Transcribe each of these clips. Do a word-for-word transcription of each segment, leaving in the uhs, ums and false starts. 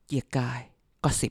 เกียร์กายก็สิบ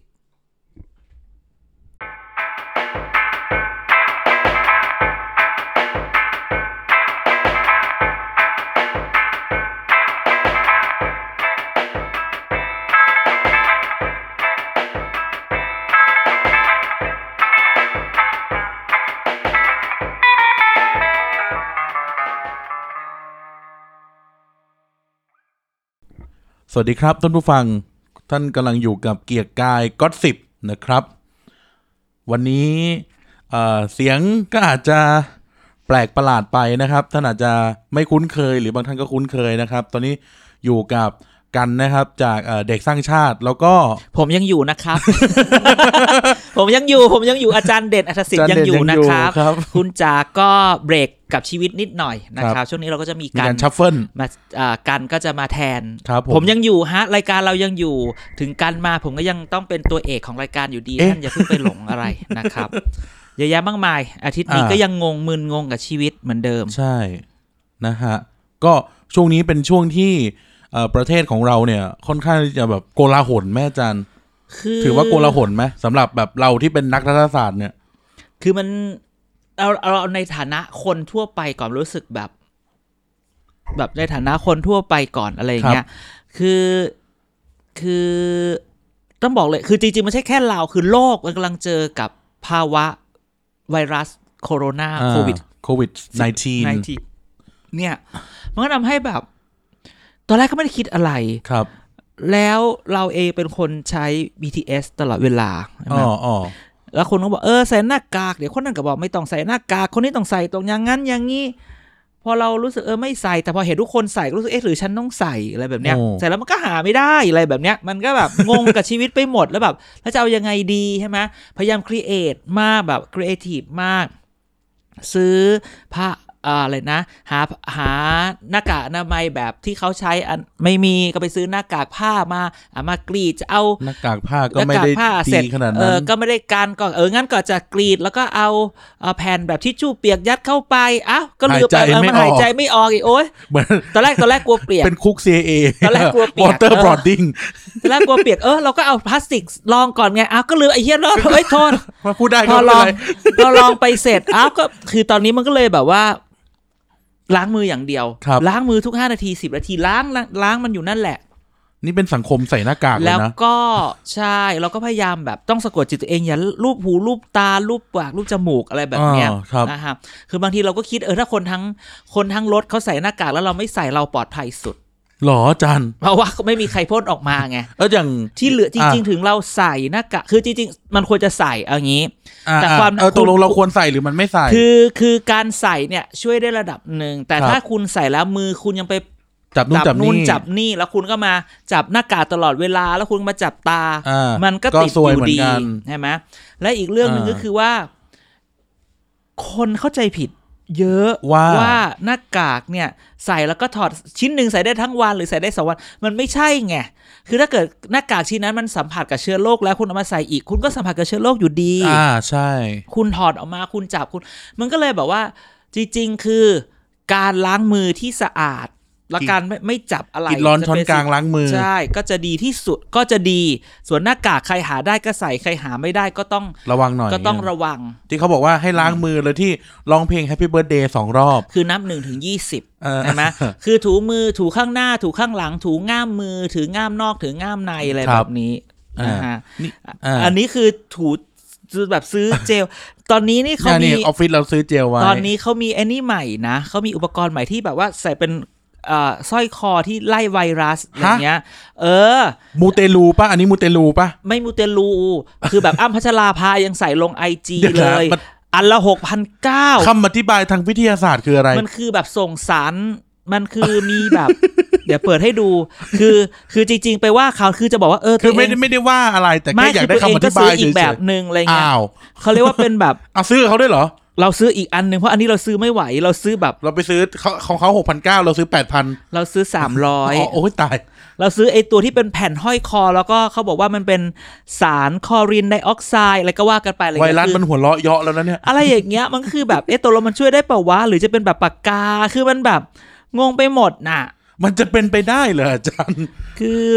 สวัสดีครับท่านผู้ฟังท่านกำลังอยู่กับเกียร์กายก็สิบนะครับวันนี้เอ่อเสียงก็อาจจะแปลกประหลาดไปนะครับท่านอาจจะไม่คุ้นเคยหรือบางท่านก็คุ้นเคยนะครับตอนนี้อยู่กับกันนะครับจากเอ่อเด็กสร้างชาติแล้วก็ผมยังอยู่นะครับ ผมยังอยู่ผมยังอยู่อาจารย์เด่นอัธสิทธิ์ยังอยู่นะครับคุณจาก็เบรกกับชีวิตนิดหน่อยนะครับช่วงนี้เราก็จะมีการชัฟเฟิลมาอ่ากันก็จะมาแทนผมยังอยู่ฮะรายการเรายังอยู่ถึงกันมาผมก็ยังต้องเป็นตัวเอกของรายการอยู่ดีท่านอย่าเพิ่งไปหลงอะไรนะครับเยอะแยะมากมายอาทิตย์นี้ก็ยังงงมึนงงกับชีวิตเหมือนเดิมใช่นะฮะก็ช่วงนี้เป็นช่วงที่ประเทศของเราเนี่ยค่อนข้างจะแบบโกลาหลแม่จันถือว่าโกลาหลไหมสำหรับแบบเราที่เป็นนักรัฐศาสตร์เนี่ยคือมันเอาเอาในฐานะคนทั่วไปก่อนรู้สึกแบบแบบในฐานะคนทั่วไปก่อนอะไรอย่างเงี้ยคือคือต้องบอกเลยคือจริงๆไม่ใช่แค่เราคือโลกมันกำลังเจอกับภาวะไวรัสโคโรนาโควิดโควิดสิบเก้าเนี่ยมันก็ทำให้แบบตอนแรกก็ไม่ได้คิดอะไรครับแล้วเราเองเป็นคนใช้ บี ที เอส ตลอดเวลาใช่ไหมอ๋อแล้วคนก็บอกเออใส่หน้ากากเดี๋ยวคนนั้นก็บอกไม่ต้องใส่หน้ากากคนนี้ต้องใส่ตรงอย่างนั้นอย่างนี้พอเรารู้สึกเออไม่ใส่แต่พอเห็นทุกคนใส่ก็รู้สึกเอ๊ะหรือฉันต้องใส่อะไรแบบเนี้ยใส่แล้วมันก็หาไม่ได้อะไรแบบเนี้ยมันก็แบบงงกับชีวิตไปหมดแล้วแบบแล้วจะเอายังไงดีใช่ไหมพยายามครีเอทมากแบบครีเอทีฟมากซื้อผ้าอะไรนะหาหาหน้ากากอนามัยแบบที่เขาใช้อันไม่มีก็ไปซื้อหน้ากากผ้ามาอ่ะมากรีดจะเอาหน้ากากผ้าก็ไม่ได้ดีขนาดนั้นเออก็ไม่ได้การก็เอองั้นก็จะกรีดแล้วก็เอาเอาแผ่นแบบทิชชู่เปียกยัดเข้าไปอ้าวก็ลืมไปมันหายใจไม่ออกอีกโอ๊ยตอนแรกตอนแรกกลัวเปียกเป็นคุก ซี เอตอนแรกกลัวเปียก water boarding ตอนแรกกลัวเปียกเออเราก็เอาพลาสติกลองก่อนไงอ้าวก็ลืมไอ้เหี้ยเนาะเฮ้ยโทษมาพูดได้ก็ไม่เป็นไรพอลองไปเสร็จอ้าวก็คือตอนนี้มันก็เลยแบบว่าล้างมืออย่างเดียวล้างมือทุกห้านาทีสิบนาทีล้างล้างมันอยู่นั่นแหละนี่เป็นสังคมใส่หน้ากากเลยนะแล้วก็ใช่เราก็พยายามแบบต้องสะกดจิตตัวเองอย่าลูบหูลูบตาลูบปากลูบจมูกอะไรแบบเนี้ยนะครับคือบางทีเราก็คิดเออถ้าคนทั้งคนทั้งรถเขาใส่หน้ากากแล้วเราไม่ใส่เราปลอดภัยสุดหรอจันเพราะว่าไม่มีใครพ่นออกมาไงเอออย่างที่เหลือจริงๆถึงเราใส่หน้ากากคือจริงๆมันควรจะใส่เอางี้แต่ความเออตกลงเราควรใส่หรือมันไม่ใส่คือคือการใส่เนี่ยช่วยได้ระดับหนึ่งแต่ถ้าคุณใส่แล้วมือคุณยังไปจับนู่นจับนี่จับนี่แล้วคุณก็มาจับหน้ากากตลอดเวลาแล้วคุณมาจับตามันก็ติดอยู่ดีใช่ไหมและอีกเรื่องนึงก็คือว่าคนเข้าใจผิดเยอะว่าว่าหน้ากากเนี่ยใส่แล้วก็ถอดชิ้นหนึ่งใส่ได้ทั้งวันหรือใส่ได้สองวันมันไม่ใช่ไงคือถ้าเกิดหน้ากากชิ้นนั้นมันสัมผัสกับเชื้อโรคแล้วคุณเอามาใส่อีกคุณก็สัมผัสกับเชื้อโรคอยู่ดีอ่าใช่คุณถอดออกมาคุณจับคุณมันก็เลยแบบว่าจริงๆคือการล้างมือที่สะอาดและการไม่ไม่จับอะไรกินร้อนช้อนกลางล้างมือใช่ก็จะดีที่สุดก็จะดีส่วนหน้ากากใครหาได้ก็ใส่ใครหาไม่ได้ก็ต้องระวังหน่อยก็ต้องระวังที่เขาบอกว่าให้ล้างมือเลยที่ร้องเพลง Happy Birthday สองรอบคือนับหนึ่งถึงยี่สิบใช่ไหมคือถูมือถูข้างหน้าถูข้างหลังถูง่ามมือถือง่ามนอกถือง่ามในอะไรแบบนี้นะฮะอันนี้คือถูแบบซื้อเจลตอนนี้นี่เขามีออฟฟิศเราซื้อเจลไว้ตอนนี้เขามีไอ้นี่ใหม่นะเขามีอุปกรณ์ใหม่ที่แบบว่าใส่เป็นอ่าสร้อยคอที่ไล่ไวรัสอย่างเงี้ยเออมูเตลูป่ะอันนี้มูเตลูป่ะไม่มูเตลูคือแบบอ้ำพัชราภายังใส่ลง ไอ จี เลยอันละ หกพันเก้าร้อยคำอธิบายทางวิทยาศาสตร์คืออะไรมันคือแบบส่งสารมันคือมีแบบ เดี๋ยวเปิดให้ดูคือคือจริงๆไปว่าเขาคือจะบอกว่าเออคือไม่ได้ไม่ได้ว่าอะไรแต่แค่อยากได้คำอธิบายอีกแบบนึงอะไรเงี้ยเขาเรียกว่าเป็นแบบเอาซื้อเขาด้วยเหรอเราซื้ออีกอันนึงเพราะอันนี้เราซื้อไม่ไหวเราซื้อแบบเราไปซื้อของเขา หกพันเก้าร้อย เราซื้อ แปดพันเราซื้อสามร้อยอ๋อโอ้ยตายเราซื้อไอ้ตัวที่เป็นแผ่นห้อยคอแล้วก็เขาบอกว่ามันเป็นสารคลอรีนไดออกไซด์อะไรก็ว่ากันไปอะไรไวรัสมันหัวเราะเยาะแล้วนะเนี่ยอะไรอย่างเงี้ยมันคือแบบเอ๊ะตัวเรามันช่วยได้เปล่าวะหรือจะเป็นแบบปากกาคือมันแบบงงไปหมดน่ะมันจะเป็นไปได้เหรออาจารย์คือ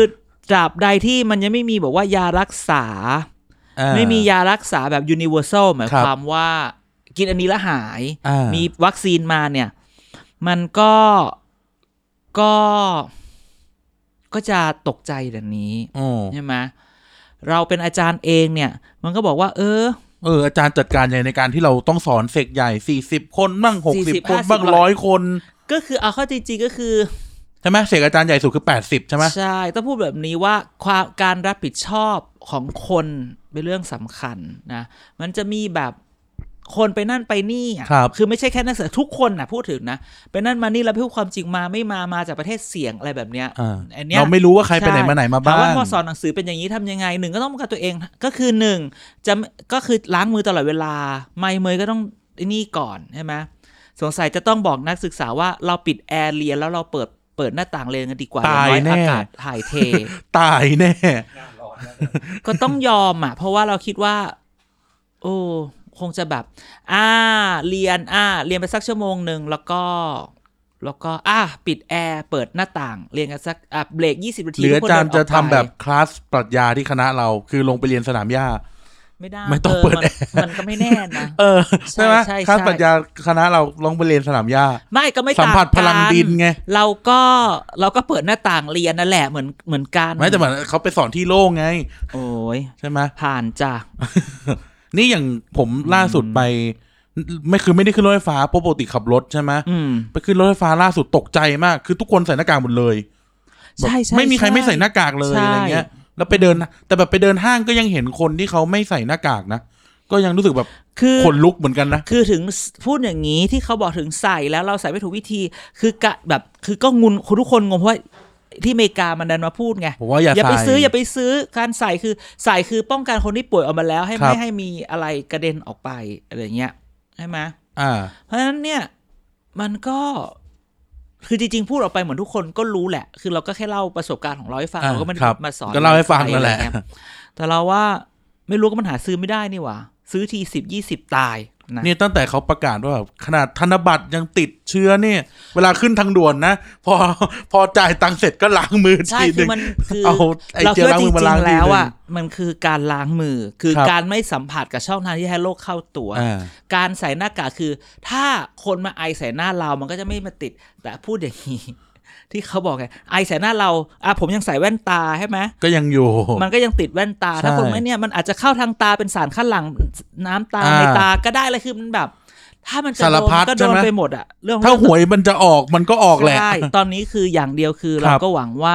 ตราบใดที่มันยังไม่มีบอกว่ายารักษาไม่มียารักษาแบบ universal หมายความว่ากินอันนี้แล้วหายมีวัคซีนมาเนี่ยมันก็ก็ก็จะตกใจแบบนี้ใช่ไหมเราเป็นอาจารย์เองเนี่ยมันก็บอกว่าเออเอออาจารย์จัดการยังไงในการที่เราต้องสอนเสกใหญ่สี่สิบคนบ้างหกสิบคนบ้างร้อยคนก็คือเอาเข้าจริงๆก็คือใช่ไหมเสกอาจารย์ใหญ่สุดคือแปดสิบใช่ไหมใช่ต้องพูดแบบนี้ว่าความการรับผิดชอบของคนเป็นเรื่องสำคัญนะมันจะมีแบบคนไปนั่นไปนี่อ่ะค, คือไม่ใช่แค่นักศึกษาทุกคนนะพูดถึงนะไปนั่นมานี่แล้วพูดความจริงมาไม่มามาจากประเทศเสี่ยงอะไรแบบเนี้ยอันเนี้ยเราไม่รู้ว่าใครไปไหนมาไหนมาบ้างว่าพอสอนหนังสือเป็นอย่างนี้ทำยังไงหนึ่งก็ต้องกับตัวเองก็คือหนึ่งจะก็คือล้างมือตลอดเวลาไม่เมยก็ต้องนี่ก่อนใช่ไหมสงสัยจะต้องบอกนักศึกษาว่าเราปิดแอร์เรียนแล้วเราเปิดเปิดหน้าต่างเรียนกันดีกว่าตายแน่อากาศถ่ายเทตายแน่ก็ต้องยอมอ่ะเพราะว่าเราคิดว่าโอ้คงจะแบบอ่าเรียนอ่าเรียนไปสักชั่วโมงหนึ่งแล้วก็แล้วก็อ่าปิดแอร์เปิดหน้าต่างเรียนกันสักอ่าเบรกยี่สิบนาทีหรืออาจารย์จะทำแบบคลาสปรัชญาที่คณะเราคือลงไปเรียนสนามหญ้าไม่ได้ไม่ต้องเปิดแอร์มันก็ไม่แน่นะเออใช่ไหมคลาสปรัชญาคณะเราลงไปเรียนสนามหญ้าไม่ก็ไม่สัมผัสพลังดินไงเราก็เราก็เปิดหน้าต่างเรียนนั่นแหละเหมือนเหมือนกันไม่แต่เหมือนเขาไปสอนที่โล่งไงโอ้ยใช่ไหมผ่านจ้ะนี่อย่างผมล่าสุดไปไม่คือไม่ได้ขึ้นรถไฟฟ้าปกติขับรถใช่ไหมไปขึ้นรถไฟฟ้าล่าสุดตกใจมากคือทุกคนใส่หน้ากากหมดเลยใช่ใช่ไม่มีใครไม่ใส่หน้ากากเลยอะไรเงี้ยแล้วไปเดินแต่แบบไปเดินห้างก็ยังเห็นคนที่เขาไม่ใส่หน้ากากนะก็ยังรู้สึกแบบขนลุกเหมือนกันนะคือถึงพูดอย่างนี้ที่เขาบอกถึงใส่แล้วเราใส่ไม่ถูกวิธีคือกะแบบคือก็งุนทุกคนงงเพราะที่อเมริกามันดันมาพูดไงอย่าไปซื้ออย่าไปซื้อการใส่คือใส่คือป้องกันคนที่ป่วยออกมาแล้วให้ไม่ให้มีอะไรกระเด็นออกไปอะไรเงี้ยใช่ไหมอ่าเพราะฉะนั้นเนี่ยมันก็คือจริงๆพูดออกไปเหมือนทุกคนก็รู้แหละคือเราก็แค่เล่าประสบการณ์ของเราให้ฟังเราก็ไม่ได้มาสอนก็เล่าให้ฟังนั่นแหละแต่เราว่าไม่รู้ก็มันหาซื้อไม่ได้นี่หว่าซื้อทีสิบยี่สิบตายนี่ตั้งแต่เขาประกาศว่าแบบขนาดธนบัตรยังติดเชื้อเนี่ยเวลาขึ้นทางด่วนนะพอพอจ่ายตังค์เสร็จก็ล้างมือทีนึงเอาไอ้เจลล้างมือมาล้างแล้วอ่ะมันคือการล้างมือคือการไม่สัมผัสกับช่องทางที่ให้โรคเข้าตัวการใส่หน้ากากคือถ้าคนมาไอใส่หน้าเรามันก็จะไม่มาติดแต่พูดอย่างนี้ที่เขาบอกไงไอใส่หน้าเราอ่ะผมยังใส่แว่นตาใช่ไหมก็ยังอยู่มันก็ยังติดแว่นตาถ้าคนไม่เนี่ยมันอาจจะเข้าทางตาเป็นสารคัดหลั่งน้ำตาในตาก็ได้เลยคือมันแบบถ้ามันจะโดนก็โดนไปหมดอะเรื่องถ้าหวยมันจะออกมันก็ออกแหละใช่ตอนนี้คืออย่างเดียวคือเราก็หวังว่า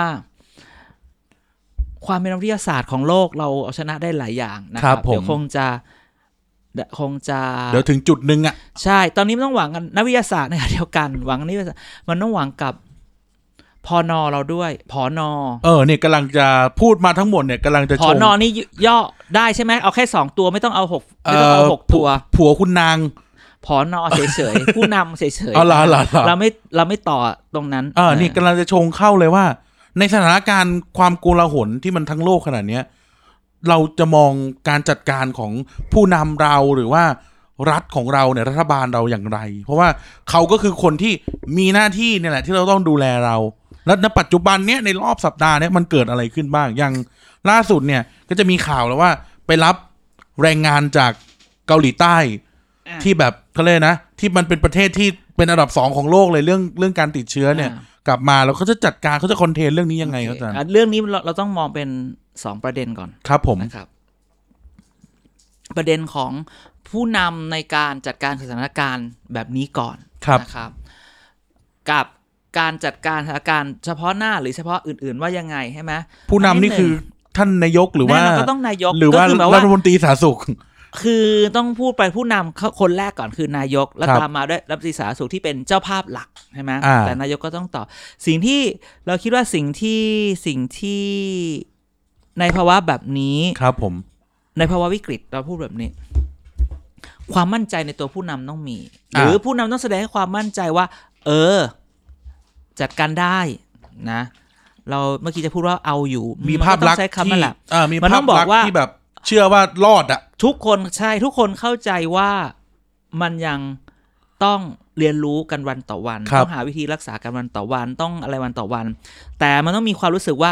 ความเป็นวิทยาศาสตร์ของโลกเราเอาชนะได้หลายอย่างนะครับเดี๋ยวคงจะคงจะเดี๋ยวถึงจุดนึงอ่ะใช่ตอนนี้มันต้องหวังกันนักวิทยาศาสตร์ในเดียวกันหวังนี่มันต้องหวังกับพอนอเราด้วยพอนอเออเนี่ยกำลังจะพูดมาทั้งหมดเนี่ยกำลังจะพอนอนี่ย่อได้ใช่ไหมเอาแค่สองตัวไม่ต้องเอาหกไม่ต้องเอาหกตัวผัวคุณนางพอนอเฉยๆผู้นำเฉยๆเอาล่ะเราไม่เราไม่ต่อตรงนั้นเออนี่กำลังจะชงเข้าเลยว่าในสถานการณ์ความโกลาหลที่มันทั้งโลกขนาดเนี้ยเราจะมองการจัดการของผู้นำเราหรือว่ารัฐของเราเนี่ยรัฐบาลเราอย่างไรเพราะว่าเขาก็คือคนที่มีหน้าที่เนี่ยแหละที่เราต้องดูแลเราแล้วในปัจจุบันเนี้ยในรอบสัปดาห์เนี้ยมันเกิดอะไรขึ้นบ้างอย่างล่าสุดเนี่ยก็จะมีข่าวแล้วว่าไปรับแรงงานจากเกาหลีใต้ที่แบบเขาเรียกนะที่มันเป็นประเทศที่เป็นอันดับสองของโลกเลยเรื่องเรื่องการติดเชื้อเนี่ยกลับมาแล้วเขาจะจัดการเขาจะคอนเทนเรื่องนี้ยังไงครับอาจารย์เรื่องนี้เราเราต้องมองเป็นสองประเด็นก่อนครับผมนะครับประเด็นของผู้นำในการจัดการสถานการณ์แบบนี้ก่อนนะครับกับการจัดการสถานการณ์เฉพาะหน้าหรือเฉพาะอื่นๆว่ายังไงใช่ไหมผู้นำนี่คือท่านนายกหรือว่าก็ต้องนายกหรือว่ารัฐมนตรีสาธารณสุขคือต้องพูดไปผู้นำคนแรกก่อนคือนายกแล้วตามมาด้วยรัฐมนตรีสาธารณสุขที่เป็นเจ้าภาพหลักใช่ไหมแต่นายกก็ต้องต่อสิ่งที่เราคิดว่าสิ่งที่สิ่งที่ในภาวะแบบนี้ครับผมในภาวะวิกฤตเราพูดแบบนี้ความมั่นใจในตัวผู้นำต้องมีหรือผู้นำต้องแสดงให้ความมั่นใจว่าเออจัดการได้นะเราเมื่อกี้จะพูดว่าเอาอยู่มีภาพลักษณ์ที่มันต้องบอกว่าที่แบบเชื่อว่ารอดอ่ะทุกคนใช่ทุกคนเข้าใจว่ามันยังต้องเรียนรู้กันวันต่อวันต้องหาวิธีรักษากันวันต่อวันต้องอะไรวันต่อวันแต่มันต้องมีความรู้สึกว่า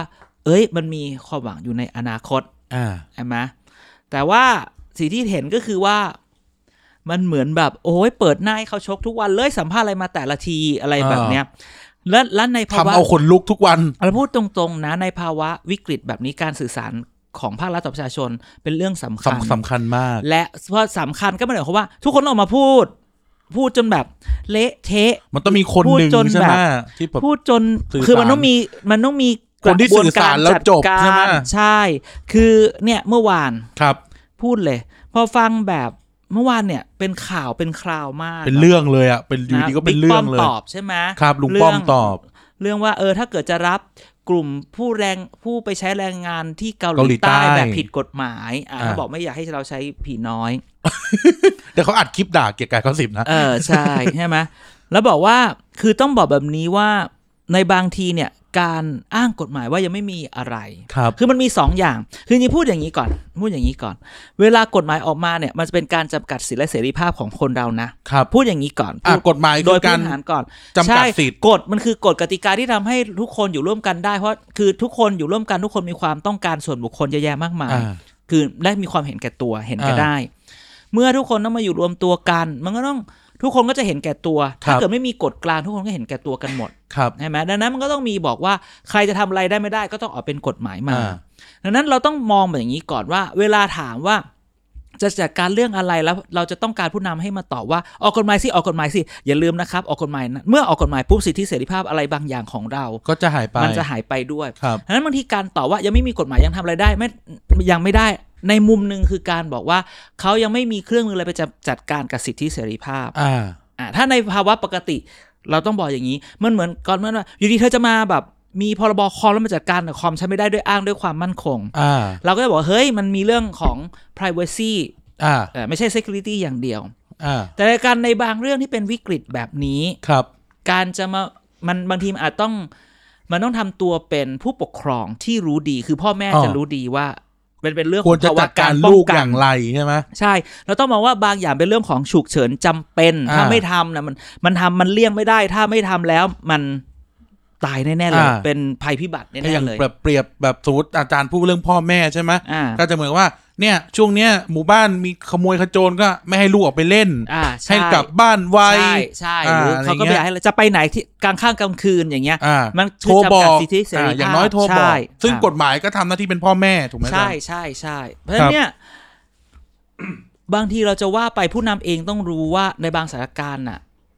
เอ้ยมันมีความหวังอยู่ในอนาคตอ่าใช่ไหมแต่ว่าสิ่งที่เห็นก็คือว่ามันเหมือนแบบโอ้ยเปิดหน้าให้เขาชกทุกวันเลยสัมภาษณ์อะไรมาแต่ละทีอะไรแบบเนี้ยแล้วแล้วในภาวะทำเอาคนลุกทุกวันเราพูดตรงๆนะในภาวะวิกฤตแบบนี้การสื่อสารของภาครัฐต่อประชาชนเป็นเรื่องสำคัญสำคัญมากและเพราะสำคัญก็ไม่ได้หมายความว่าทุกคนออกมาพูดพูดจนแบบเละเทะมันต้องมีคนหนึ่งใช่ไหมที่พูดจนคือมันต้องมีมันต้องมีคนที่สื่อสารแล้วจบใช่ไหมใช่คือเนี่ยเมื่อวานครับพูดเลยพอฟังแบบเมื่อวานเนี่ยเป็นข่าวเป็นคราวมากเป็นเรื่องเลยอ่ะเป็นอยู่ดีก็เป็นเรื่องเลยตอบใช่ไหมครับลุงป้อมตอบเรื่องว่าเออถ้าเกิดจะรับกลุ่มผู้แรงผู้ไปใช้แรงงานที่เกาหลีใต้แบบผิดกฎหมายอ่าเขาบอกไม่อยากให้เราใช้ผีน้อยแต่เขาอัดคลิปด่าเกียรติกายข้อสิบนะเออใช่ใช่ไหมแล้วบอกว่าคือต้องบอกแบบนี้ว่าในบางทีเนี่ยการอ้างกฎหมายว่ายังไม่มีอะไรครับคือมันมีสองอย่างคือจริงพูดอย่างนี้ก่อนพูดอย่างนี้ก่อนเวลากฎหมายออกมาเนี่ยมันจะเป็นการจำกัดสิทธิและเสรีภาพของคนเรานะครับพูดอย่างนี้ก่อนอ่ะกฎหมายโดยการพื้นฐานก่อนจำกัดสิทธิกฎมันคือกฎกติกาที่ทำให้ทุกคนอยู่ร่วมกันได้เพราะคือทุกคนอยู่ร่วมกันทุกคนมีความต้องการส่วนบุคคลเยอะแยะมากมายคือและมีความเห็นแก่ตัวเห็นแก่ได้เมื่อทุกคนต้องมาอยู่รวมตัวกันมันก็ต้องทุกคนก็จะเห็นแก่ตัวถ้าเกิดไม่มีกฎกลางทุกคนก็เห็นแก่ตัวกันหมดใช่ไหมดังนั้นมันก็ต้องมีบอกว่าใครจะทำอะไรได้ไม่ได้ก็ต้องออกเป็นกฎหมายมาดังนั้นเราต้องมองแบบอย่างนี้ก่อนว่าเวลาถามว่าจะจัดการเรื่องอะไรแล้วเราจะต้องการผู้นำให้มาตอบว่าออกกฎหมายสิออกกฎหมายสิอย่าลืมนะครับออกกฎหมายนะเมื่อออกกฎหมายปุ๊บสิทธิเสรีภาพอะไรบางอย่างของเราก็จะหายไปมันจะหายไปด้วยดังนั้นบางทีการตอบว่ายังไม่มีกฎหมายยังทำอะไรได้ไม่ยังไม่ได้ในมุมนึงคือการบอกว่าเขายังไม่มีเครื่องมืออะไรไปจัดการกับสิทธิเสรีภาพอ่าอ่าถ้าในภาวะปกติเราต้องบอกอย่างนี้มันเหมือนก่อนเมื่อว่าอยู่ดีเธอจะมาแบบมีพรบคอมแล้วมาจัดการกับคอมใช้ไม่ได้ด้วยอ้างด้วยความมั่นคงอ่าเราก็จะบอกเฮ้ยมันมีเรื่องของ privacy อ่าไม่ใช่ security อย่างเดียวอ่าแต่ในการในบางเรื่องที่เป็นวิกฤตแบบนี้ครับการจะมามันบางทีอาจต้องมันต้องทำตัวเป็นผู้ปกครองที่รู้ดีคือพ่อแม่จะรู้ดีว่าเป็นเป็นเรื่องของภาวะการป้องกันอย่างไรใช่ไหมใช่เราต้องมองว่าบางอย่างเป็นเรื่องของฉุกเฉินจำเป็นถ้าไม่ทำนะมันมันทำมันเลี่ยงไม่ได้ถ้าไม่ทำแล้วมันตายแน่ๆเลยเป็นภัยพิบัติแน่ๆเลยแบบเปรียบแบบสมมติอาจารย์พูดเรื่องพ่อแม่ใช่ไหมก็จะเหมือนว่าเนี่ยช่วงเนี้ยหมู่บ้านมีขโมยขโจรก็ไม่ให้ลูกออกไปเล่นให้กลับบ้านไวใช่ใช่หรือเขาก็ไม่อยากให้จะไปไหนที่กลางค่ำกลางคืนอย่างเงี้ยมันโทรบอกอย่างน้อยโทรบอกซึ่งกฎหมายก็ทำหน้าที่เป็นพ่อแม่ถูกไหมใช่ใช่ใช่เพราะฉะนั้นเนี่ยบางทีเราจะว่าไปผู้นำเองต้องรู้ว่าในบางสถานการณ์น่ะ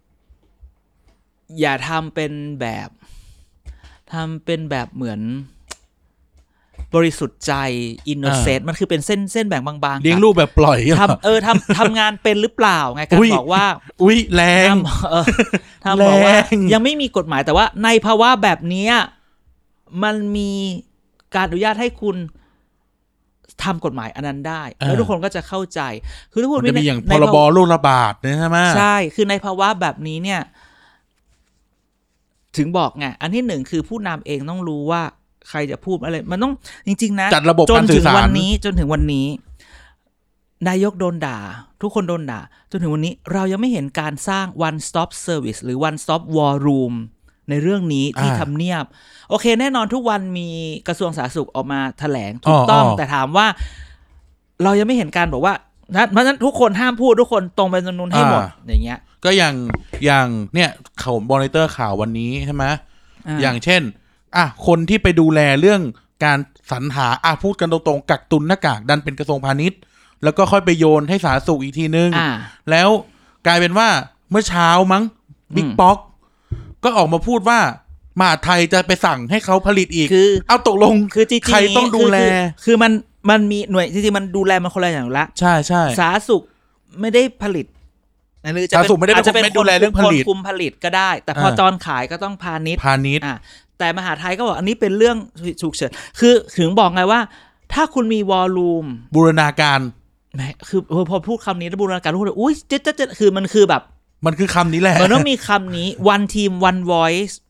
อย่าทำเป็นแบบทำเป็นแบบเหมือนบริสุทธิ์ใจอินโนเซนต์มันคือเป็นเส้นเส้นแบ่งบางๆเลี้ยงลูกแบบปล่อยทำเออทำทำงานเป็นหรือเปล่าไงการบอกว่าอุ้ยแรงทำบอกว่ายังไม่มีกฎหมายแต่ว่าในภาวะแบบนี้มันมีการอนุญาตให้คุณทำกฎหมายอันนั้นได้แล้วทุกคนก็จะเข้าใจคือทุกคนจะมีอย่างพรบโรคระบาดใช่ไหมใช่คือในภาวะแบบนี้เนี่ยถึงบอกไงอันที่หนึ่งคือผู้นำเองต้องรู้ว่าใครจะพูดอะไรมันต้องจริงๆนะจัดระบบการสื่อสารจนถึงวันนี้จนถึงวันนี้นายกโดนด่าทุกคนโดนด่าจนถึงวันนี้เรายังไม่เห็นการสร้าง one stop service หรือ one stop war room ในเรื่องนี้ที่ทำเนียบโอเคแน่นอนทุกวันมีกระทรวงสาธารณสุขออกมาแถลงถูกต้องแต่ถามว่าเรายังไม่เห็นการบอกว่าเพราะฉะนั้นทุกคนห้ามพูดทุกคนตรงไปตรงนู้นให้หมดอย่างเงี้ยก็อย่างอย่างเนี่ยเขามอนิเตอร์ข่าววันนี้ใช่ไหมอย่างเช่นอ่ะคนที่ไปดูแลเรื่องการสรรหาอ่ะพูดกันตรงๆกักตุนหน้ากากดันเป็นกระทรวงพาณิชย์แล้วก็ค่อยไปโยนให้สาธารณสุขอีกทีนึงแล้วกลายเป็นว่าเมื่อเช้ามั้งบิ๊กป๊อกก็ออกมาพูดว่ามหาไทยจะไปสั่งให้เขาผลิตอีกคือเอาตกลงคือจริงๆใครต้องดูแลคือมันมันมีหน่วยจริงๆมันดูแลมันคนละอย่างละใช่ใช่สาธารณสุขไม่ได้ผลิตหรือจะเป็นอาจจะเป็นดูแลเรื่องผลิตคุมผลิตก็ได้แต่พอตอนขายก็ต้องพาณิชย์พาณิชย์แต่มหาไทยก็บอกอันนี้เป็นเรื่องฉุกเฉินคือถึงบอกไงว่าถ้าคุณมีวอลลุ่มบูรณาการคือพอพูดคำนี้แล้วบูรณาการทุกคนอุ้ยเจ๊เจ๊คือมันคือแบบมันคือคำนี้แหละมันต้องมีคำนี้ one team one voice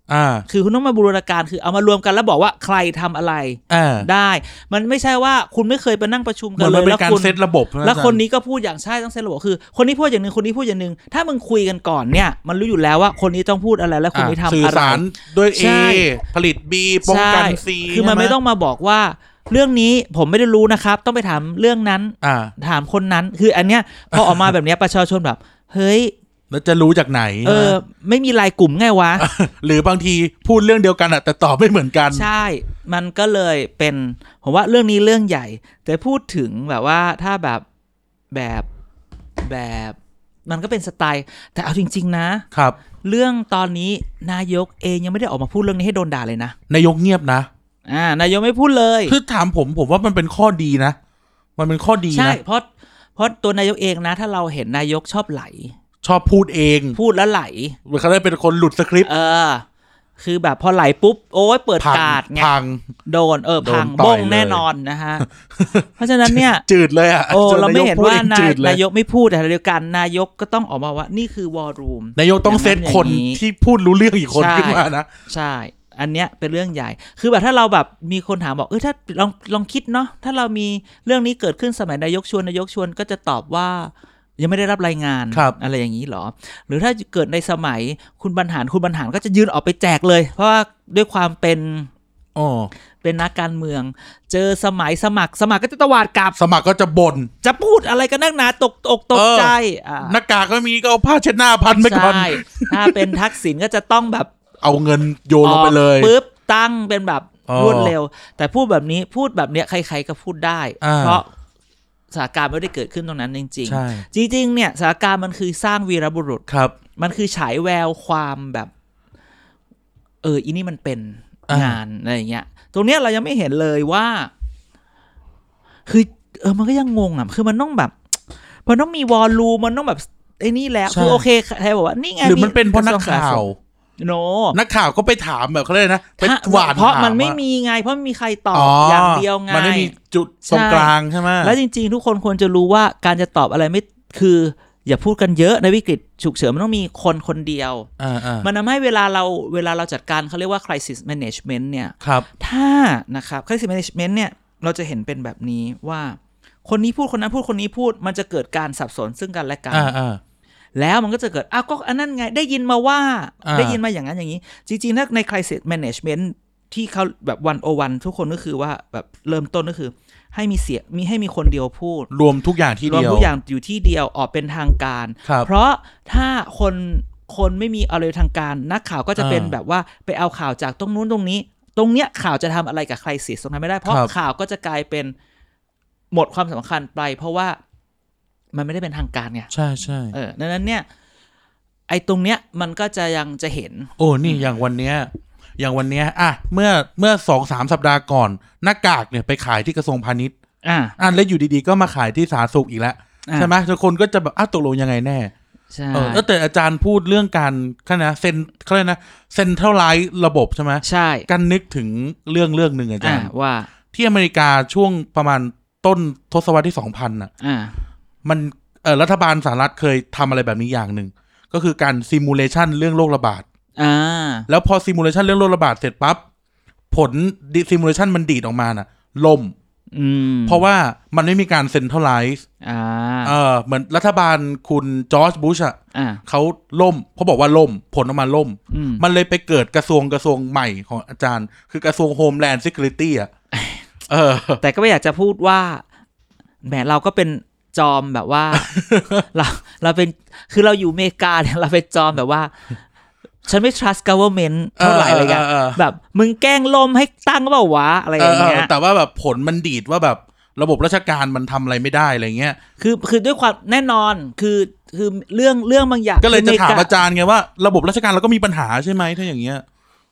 อ่าคือคุณต้องมาบูรณาการคือเอามารวมกันแล้วบอกว่าใครทำอะไรได้มันไม่ใช่ว่าคุณไม่เคยไปนั่งประชุมกันเลยแล้วคุณเซตระบบแล้วคนนี้ก็พูดอย่างใช่ต้องเซตระบบคือคนนี้พูดอย่างนึงคนนี้พูดอย่างนึงถ้ามึงคุยกันก่อนเนี่ยมันรู้อยู่แล้วว่าคนนี้ต้องพูดอะไรแล้วคนนี้ทำอะไรสื่อสารด้วย A ผลิต B ป้องกัน C คือมันไม่ต้องมาบอกว่าเรื่องนี้ผมไม่ได้รู้นะครับต้องไปถามเรื่องนั้นถามคนนั้นคืออันเนี้ยพอออกมาแบบเนี้ยประชาชนแบบเฮ้ยแล้วจะรู้จากไหนเออไม่มีรายกลุ่มไงวะหรือบางทีพูดเรื่องเดียวกันอะแต่ตอบไม่เหมือนกันใช่มันก็เลยเป็นผมว่าเรื่องนี้เรื่องใหญ่แต่พูดถึงแบบว่าถ้าแบบแบบแบบมันก็เป็นสไตล์แต่เอาจริงๆนะครับเรื่องตอนนี้นายกเองยังไม่ได้ออกมาพูดเรื่องนี้ให้โดนด่าเลยนะนายกเงียบนะอ่านายกไม่พูดเลยคือถามผมผมว่ามันเป็นข้อดีนะมันเป็นข้อดีนะใช่เพราะเพราะตัวนายกเองนะถ้าเราเห็นนายกชอบไหลชอบพูดเองพูดแล้วไหลเหมือนเขาได้เป็นคนหลุดสคริปต์เออคือแบบพอไหลปุ๊บโอ้ยเปิดการ์ดไงพังโดนเออพังบ้งแน่นอนนะฮะเพราะฉะนั้นเนี่ยจืดเลยอ่ะโอ้เราไม่เห็นว่านายนายกไม่พูดแต่เดียวกันนายกก็ต้องออกมาว่านี่คือวอลลุ่มนายกต้องเซตคนที่พูดรู้เรื่องอีกคนขึ้นมานะใช่อันเนี้ยเป็นเรื่องใหญ่คือแบบถ้าเราแบบมีคนถามบอกเออถ้าลองลองคิดเนาะถ้าเรามีเรื่องนี้เกิดขึ้นสมัยนายกชวนนายกชวนก็จะตอบว่ายังไม่ได้รับรายงานอะไรอย่างนี้หรอหรือถ้าเกิดในสมัยคุณบรรหารคุณบรรหารก็จะยืนออกไปแจกเลยเพราะว่าด้วยความเป็นอ๋อเป็นนักการเมืองเจอสมัยสมัครสมัครก็จะตวาดกลับสมัครก็จะบ่นจะพูดอะไรกันนักหนาตกอกตกใจอ่าหน้ากากก็มีก็เอาผ้าเช็ดหน้าพันไปก่อนใช่ถ้าเป็นทักษิณก็จะต้องแบบเอาเงินโยนลงไปเลยปึ๊บตั้งเป็นแบบรวดเร็วแต่พูดแบบนี้พูดแบบเนี้ยใครๆก็พูดได้เพราะสถานการณ์ไม่ได้เกิดขึ้นตรงนั้นจริงๆจริงๆเนี่ยสถานการณ์มันคือสร้างวีรบุรุษครับมันคือฉายแววความแบบเอออีนี่มันเป็นงานอะไรอย่างเงี้ยตรงเนี้ยเรายังไม่เห็นเลยว่าคือเออมันก็ยังงงอ่ะคือมันต้องแบบมันต้องมีวอลลุ่มมันต้องแบบไอ้นี่แล้วคือโอเคใครบอกว่านี่ไงหรือมันเป็นเพราะนักข่าวโนนักข่าวก็ไปถามแบบเขาเลยนะไปหวานเพราะมันไม่มีไงเพราะไม่มีใครตอบอย่างเดียวไงมันไม่มีจุดตรงกลางใช่ไหมแล้วจริงๆทุกคนควรจะรู้ว่าการจะตอบอะไรไม่คืออย่าพูดกันเยอะในวิกฤตฉุกเฉินมันต้องมีคนคนเดียวมันทำให้เวลาเราเวลาเราจัดการเขาเรียกว่า crisis management เนี่ยถ้านะครับ crisis management เนี่ยเราจะเห็นเป็นแบบนี้ว่าคนนี้พูดคนนั้นพูดคนนี้พูดมันจะเกิดการสับสนซึ่งกันและกันแล้วมันก็จะเกิดอ้าวก็อันนั้นไงได้ยินมาว่าได้ยินมาอย่างนั้นอย่างนี้จริงๆถ้าใน crisis management ที่เขาแบบหนึ่งศูนย์หนึ่งทุกคนก็คือว่าแบบเริ่มต้นก็คือให้มีเสียมีให้มีคนเดียวพูดรวมทุกอย่างที่เดียวรวมทุกอย่างอยู่ที่เดียวออกเป็นทางการเพราะถ้าคนคนไม่มีอะไรทางการนักข่าวก็จะเป็นแบบว่าไปเอาข่าวจากตรงนู้นตรงนี้ตรงเนี้ยข่าวจะทำอะไรกับ crisis ตรงนั้นไม่ได้เพราะข่าวก็จะกลายเป็นหมดความสำคัญไปเพราะว่ามันไม่ได้เป็นทางการไงใช่ใช่เออดังนั้นเนี่ยไอ้ตรงเนี้ยมันก็จะยังจะเห็นโอ้นี่อย่างวันเนี้ยอย่างวันเนี้ยอ่ะเมื่อเมื่อสองสามสัปดาห์ก่อนหน้ากากเนี่ยไปขายที่กระทรวงพาณิชย์อ่าอ่ะแล้วอยู่ดีๆก็มาขายที่สาธารณสุขอีกแล้วใช่ไหมทุกคนก็จะแบบอ้าวตกลงยังไงแน่ใช่เออแล้วแต่อาจารย์พูดเรื่องการเขานะเซนเขาเรียกนะเซ็นทรัลไลซ์ระบบใช่ไหมใช่กันนึกถึงเรื่องเรื่องหนึ่งอาจารย์ว่าที่อเมริกาช่วงประมาณต้นทศวรรษที่สองพันอ่ะมันเออรัฐบาลสหรัฐเคยทำอะไรแบบนี้อย่างหนึ่งก็คือการซิมูเลชันเรื่องโรคระบาดอ่าแล้วพอซิมูเลชันเรื่องโรคระบาดเสร็จปั๊บผลซิมูเลชันมันดีดออกมาน่ะล่มเพราะว่ามันไม่มีการเซ็นทรัลไลซ์อ่าเออเหมือนรัฐบาลคุณจอร์จบุชอ่ะเขาล่มเพราะบอกว่าล่มผลออกมาล่มมันเลยไปเกิดกระทรวงกระทรวงใหม่ของอาจารย์คือกระทรวงโฮมแลนด์ซิเคียวริตี้อ่ะเออแต่ก็ไม่อยากจะพูดว่าแหมเราก็เป็นจอมแบบว่า เราเราเป็นคือเราอยู่อเมริกาเนี่ยเราเป็นจอมแบบว่าฉันไม่ trust government เท่าไหร่เลยกันแบบมึงแกล้งล่มให้ตั้งเปล่าวะอะไรอย่างเงี้ยแต่ว่าแบบผลมันดีดว่าแบบระบบราชการมันทำอะไรไม่ได้อะไรเงี้ยคือคือด้วยความแน่นอนคือคือเรื่องเรื่องบางอย่างก็เลยจะถามอาจารย์ไงว่าระบบราชการเราก็มีปัญหาใช่ไหมถ้าอย่างเงี้ย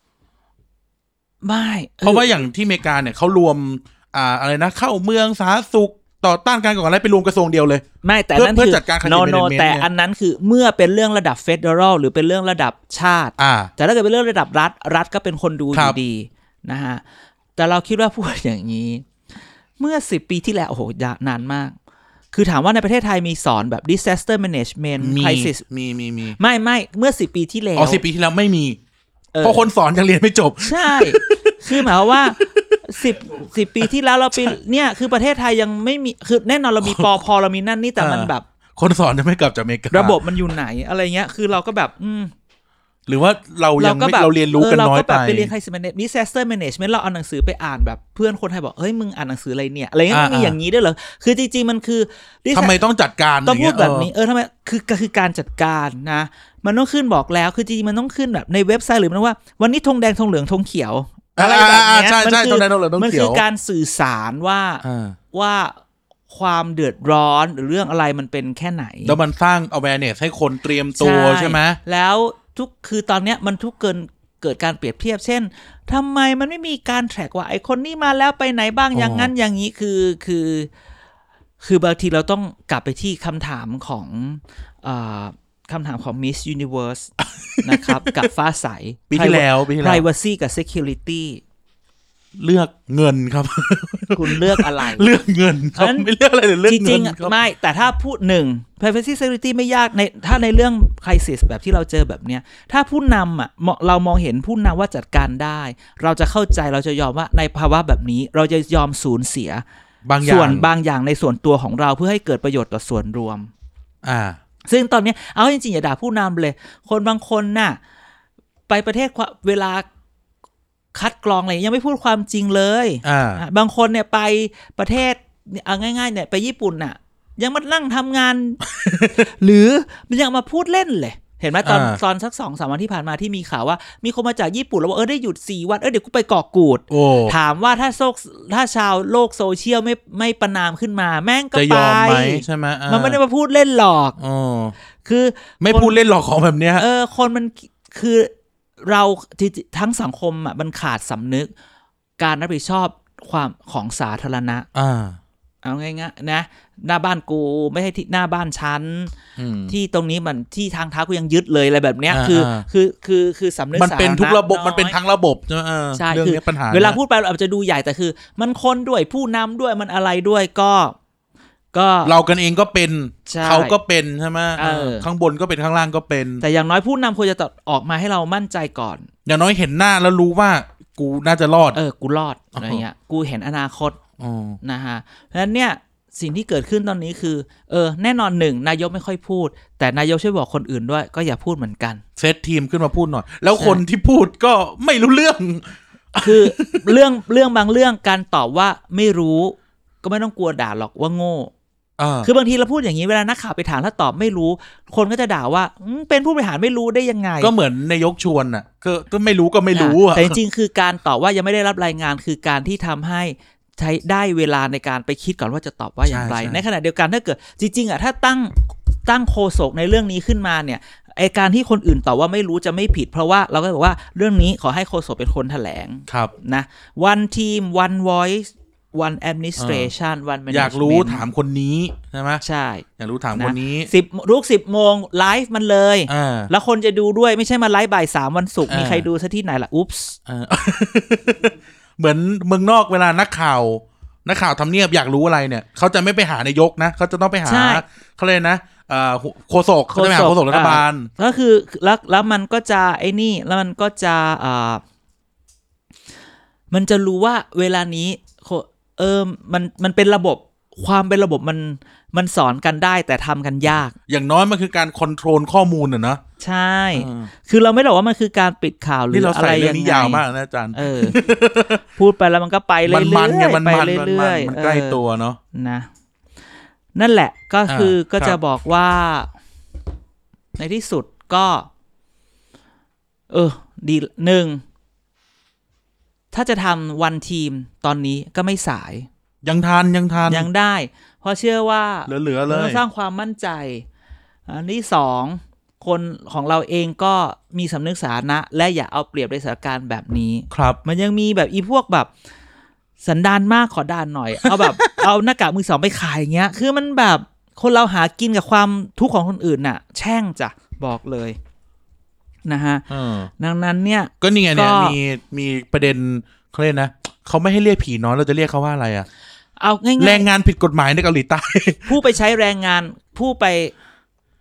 ไม่เพราะว่าอย่างที่อเมริกาเนี่ยเขารวมอ่าอะไรนะเข้าเมืองสาธารณสุขต่อต้านการก่อการร้ายไปรวมกระทรวงเดียวเลยไม่แต่นั่นคือโนโนแต่อันนั้นคือเมื่อเป็นเรื่องระดับเฟเดอรัลหรือเป็นเรื่องระดับชาติแต่ถ้าเกิดเป็นเรื่องระดับรัฐรัฐก็เป็นคนดูอยู่ดีนะฮะแต่เราคิดว่าพูดอย่างนี้เมื่อสิบปีที่แล้วโอ้โหนานมากคือถามว่าในประเทศไทยมีสอนแบบ disaster management crisis มีมีมีไม่ไม่เมื่อสิบปีที่แล้วอ๋อสิบปีที่แล้วไม่มีเพราะคนสอนยังเรียนไม่จบใช่คือหมายความว่าสิบสิบปีที่แล้วเราไปเนี่ยคือประเทศไทยยังไม่มีคือแน่นอนเรามีปอพอเรามีนั่นนี่แต่มันแบบคนสอนจะไม่กลับจากอเมริการะบบมันอยู่ไหนอะไรเงี้ยคือเราก็แบบอืมหรือว่าเรายังไม่เราเรียนรู้กันน้อยไปเราก็แบบไปเรียน crisis management disaster management เราเอาหนังสือไปอ่านแบบเพื่อนคนไทยบอกเฮ้ยมึงอ่านหนังสืออะไรเนี่ยอะไรเงี้ยมีอย่างนี้ด้วยเหรอคือจริงๆมันคือทำไมต้องจัดการต้องพูดแบบนี้เออทำไมคือก็คือการจัดการนะมันต้องขึ้นบอกแล้วคือจริงๆมันต้องขึ้นแบบในเว็บไซต์หรือมันว่าวันนี้ธงแดงธงเหลืองธงเขียวอะไรแบบนี้ใช่ใช่ธงแดงธงเหลืองธงเขียวมันคือการสื่อสารว่าว่าความเดือดร้อนหรือเรื่องอะไรมันเป็นแค่ไหนแล้วมันสร้าง awareness ให้คนเตรียมตัวใช่ไหมแล้วทุกคือตอนเนี้ยมันทุกเกินเกิดการเปรียบเทียบเช่นทำไมมันไม่มีการแทร็กว่าไอคนนี้มาแล้วไปไหนบ้างอย่างนั้นอย่างนี้คือคือคือบางทีเราต้องกลับไปที่คำถามของอ่าคำถามของ Miss Universe นะครับ กับฟ้าใสปีที่แล้วปีที่แล้ว privacy กับ security เลือกเงินครับคุณเลือกอะไรเลือกเงินครับไม่เลือกอะไรเลยเลือกเงินครับไม่แต่ถ้าพูดหนึ่ง privacy security ไม่ยากในถ้าในเรื่อง crisis แบบที่เราเจอแบบเนี้ยถ้าผู้นำอ่ะเรามองเห็นผู้นำว่าจัดการได้เราจะเข้าใจเราจะยอมว่าในภาวะแบบนี้เราจะยอมสูญเสียบางอย่างส่วนบางอย่างในส่วนตัวของเราเพื่อให้เกิดประโยชน์ต่อส่วนรวมอ่าซึ่งตอนนี้เอาจริงๆอย่าด่าผู้นำเลยคนบางคนน่ะไปประเทศเวลาคัดกรองอะไรยังไม่พูดความจริงเลยบางคนเนี่ยไปประเทศเอาง่ายๆเนี่ยไปญี่ปุ่นน่ะยังมานั่งทำงาน หรือมันยังมาพูดเล่นเลยเห็นไหมตอนตอนสักสองสามวันที่ผ่านมาที่มีข่าวว่ามีคนมาจากญี่ปุ่นแล้วว่าเออได้หยุดสี่วันเออเดี๋ยวกูไปเกาะกูดถามว่าถ้าโซกถ้าชาวโลกโซเชียลไม่ไม่ประนามขึ้นมาแม่งก็ไปใช่ไหมมันไม่ได้มาพูดเล่นหรอกคือไม่พูดเล่นหรอกของแบบเนี้ยเออคนมันคือเราทั้งสังคมอ่ะมันขาดสำนึกการรับผิดชอบความของสาธารณะอ่าเอาง่ายๆนะหน้าบ้านกูไม่ใช่ที่หน้าบ้านฉันที่ตรงนี้มันที่ทางเท้ากูยังยึดเลยอะไรแบบเนี้ยคือคือคือคือสำนึกมันเป็นทุกระบบมันเป็นทั้งระบบใช่เรื่องนี้ปัญหาเวลาพูดไปเราอาจจะดูใหญ่แต่คือมันคนด้วยผู้นำด้วยมันอะไรด้วยก็ก็เรากันเองก็เป็นเขาก็เป็นใช่ไหมข้างบนก็เป็นข้างล่างก็เป็นแต่อย่างน้อยผู้นำควรจะออกมาให้เรามั่นใจก่อนอย่างน้อยเห็นหน้าแล้วรู้ว่ากูน่าจะรอดเออกูรอดอะไรเงี้ยกูเห็นอนาคตนะฮะเพราะฉะนั้นเนี่ยสิ่งที่เกิดขึ้นตอนนี้คือเออแน่นอนหนึ่งนายกไม่ค่อยพูดแต่นายกช่วยบอกคนอื่นด้วยก็อย่าพูดเหมือนกันเซตทีมขึ้นมาพูดหน่อยแล้วคนที่พูดก็ไม่รู้เรื่องคือเรื่องเรื่องบางเรื่องการตอบว่าไม่รู้ก็ไม่ต้องกลัวด่าหรอกว่าโง่คือบางทีเราพูดอย่างนี้เวลานักข่าวไปถามถ้าตอบไม่รู้คนก็จะด่าว่าเป็นผู้บริหารไม่รู้ได้ยังไงก็เหมือนนายกชวนอ่ะก็ก็ไม่รู้ก็ไม่รู้อ่ะแต่จริงๆคือการตอบว่ายังไม่ได้รับรายงานคือการที่ทำให้ใช้ได้เวลาในการไปคิดก่อนว่าจะตอบว่าอย่างไรในขณะเดียวกันถ้าเกิดจริงๆอ่ะถ้าตั้งตั้งโฆษกในเรื่องนี้ขึ้นมาเนี่ยไอการที่คนอื่นตอบว่าไม่รู้จะไม่ผิดเพราะว่าเราก็บอกว่าเรื่องนี้ขอให้โฆษกเป็นคนแถลงครับนะ one team one voice one administration one management อยากรู้ถามคนนี้ใช่ไหมใช่อยากรู้ถามคนนี้สิบลูกสิบโมงไลฟ์มันเลยแล้วคนจะดูด้วยไม่ใช่มาไลฟ์บ่ายสามวันศุกร์มีใครดูซะที่ไหนล่ะอุ๊ปส์เหมือนเมืองนอกเวลานักข่าวนักข่าวทำเนียบอยากรู้อะไรเนี่ยเขาจะไม่ไปหานายกนะเขาจะต้องไปหาเขาเลยนะโฆษกเขาจะไปหาโฆษกรัฐบาลก็คือแล้วแล้วมันก็จะไอ้นี่แล้วมันก็จะอ่ามันจะรู้ว่าเวลานี้เออมันมันเป็นระบบความเป็นระบบมันมันสอนกันได้แต่ทำกันยากอย่างน้อยมันคือการคอนโทรลข้อมูลน่ะนะใช่คือเราไม่ได้บอกว่ามันคือการปิดข่าวหรืออะไรอย่างนี้ยาวมากนะอาจารย์เออพูดไปแล้วมันก็ไปเรื่อยๆไปเรื่อยๆมันใกล้ตัวเนาะนะนั่นแหละก็คือก็จะบอกว่าในที่สุดก็เออดีหนึ่งถ้าจะทำวันทีมตอนนี้ก็ไม่สายยังทันยังทันยังได้เพราะเชื่อว่าเหลือๆเลยสร้างความมั่นใจอันที่สองคนของเราเองก็มีสำนึกสาธารณะและอย่าเอาเปรียบในสถานการณ์แบบนี้ครับมันยังมีแบบอีพวกแบบสันดานมากขอด่านหน่อย เอาแบบ เอาหน้ากากมือสองไปขายอย่างเงี้ยคือมันแบบคนเราหากินกับความทุกข์ของคนอื่นน่ะแช่งจ้ะบอกเลยนะฮะดังนั้นเนี่ยก็นี่ไงเนี่ยมีมีประเด็นเขาเรียกนะเขาไม่ให้เรียกผีน้อยเราจะเรียกเขาว่าอะไรอ่ะเอาง่ายๆแรงงานผิดกฎหมายในเกาหลีใต้ผู้ไปใช้แรงงานผู้ไป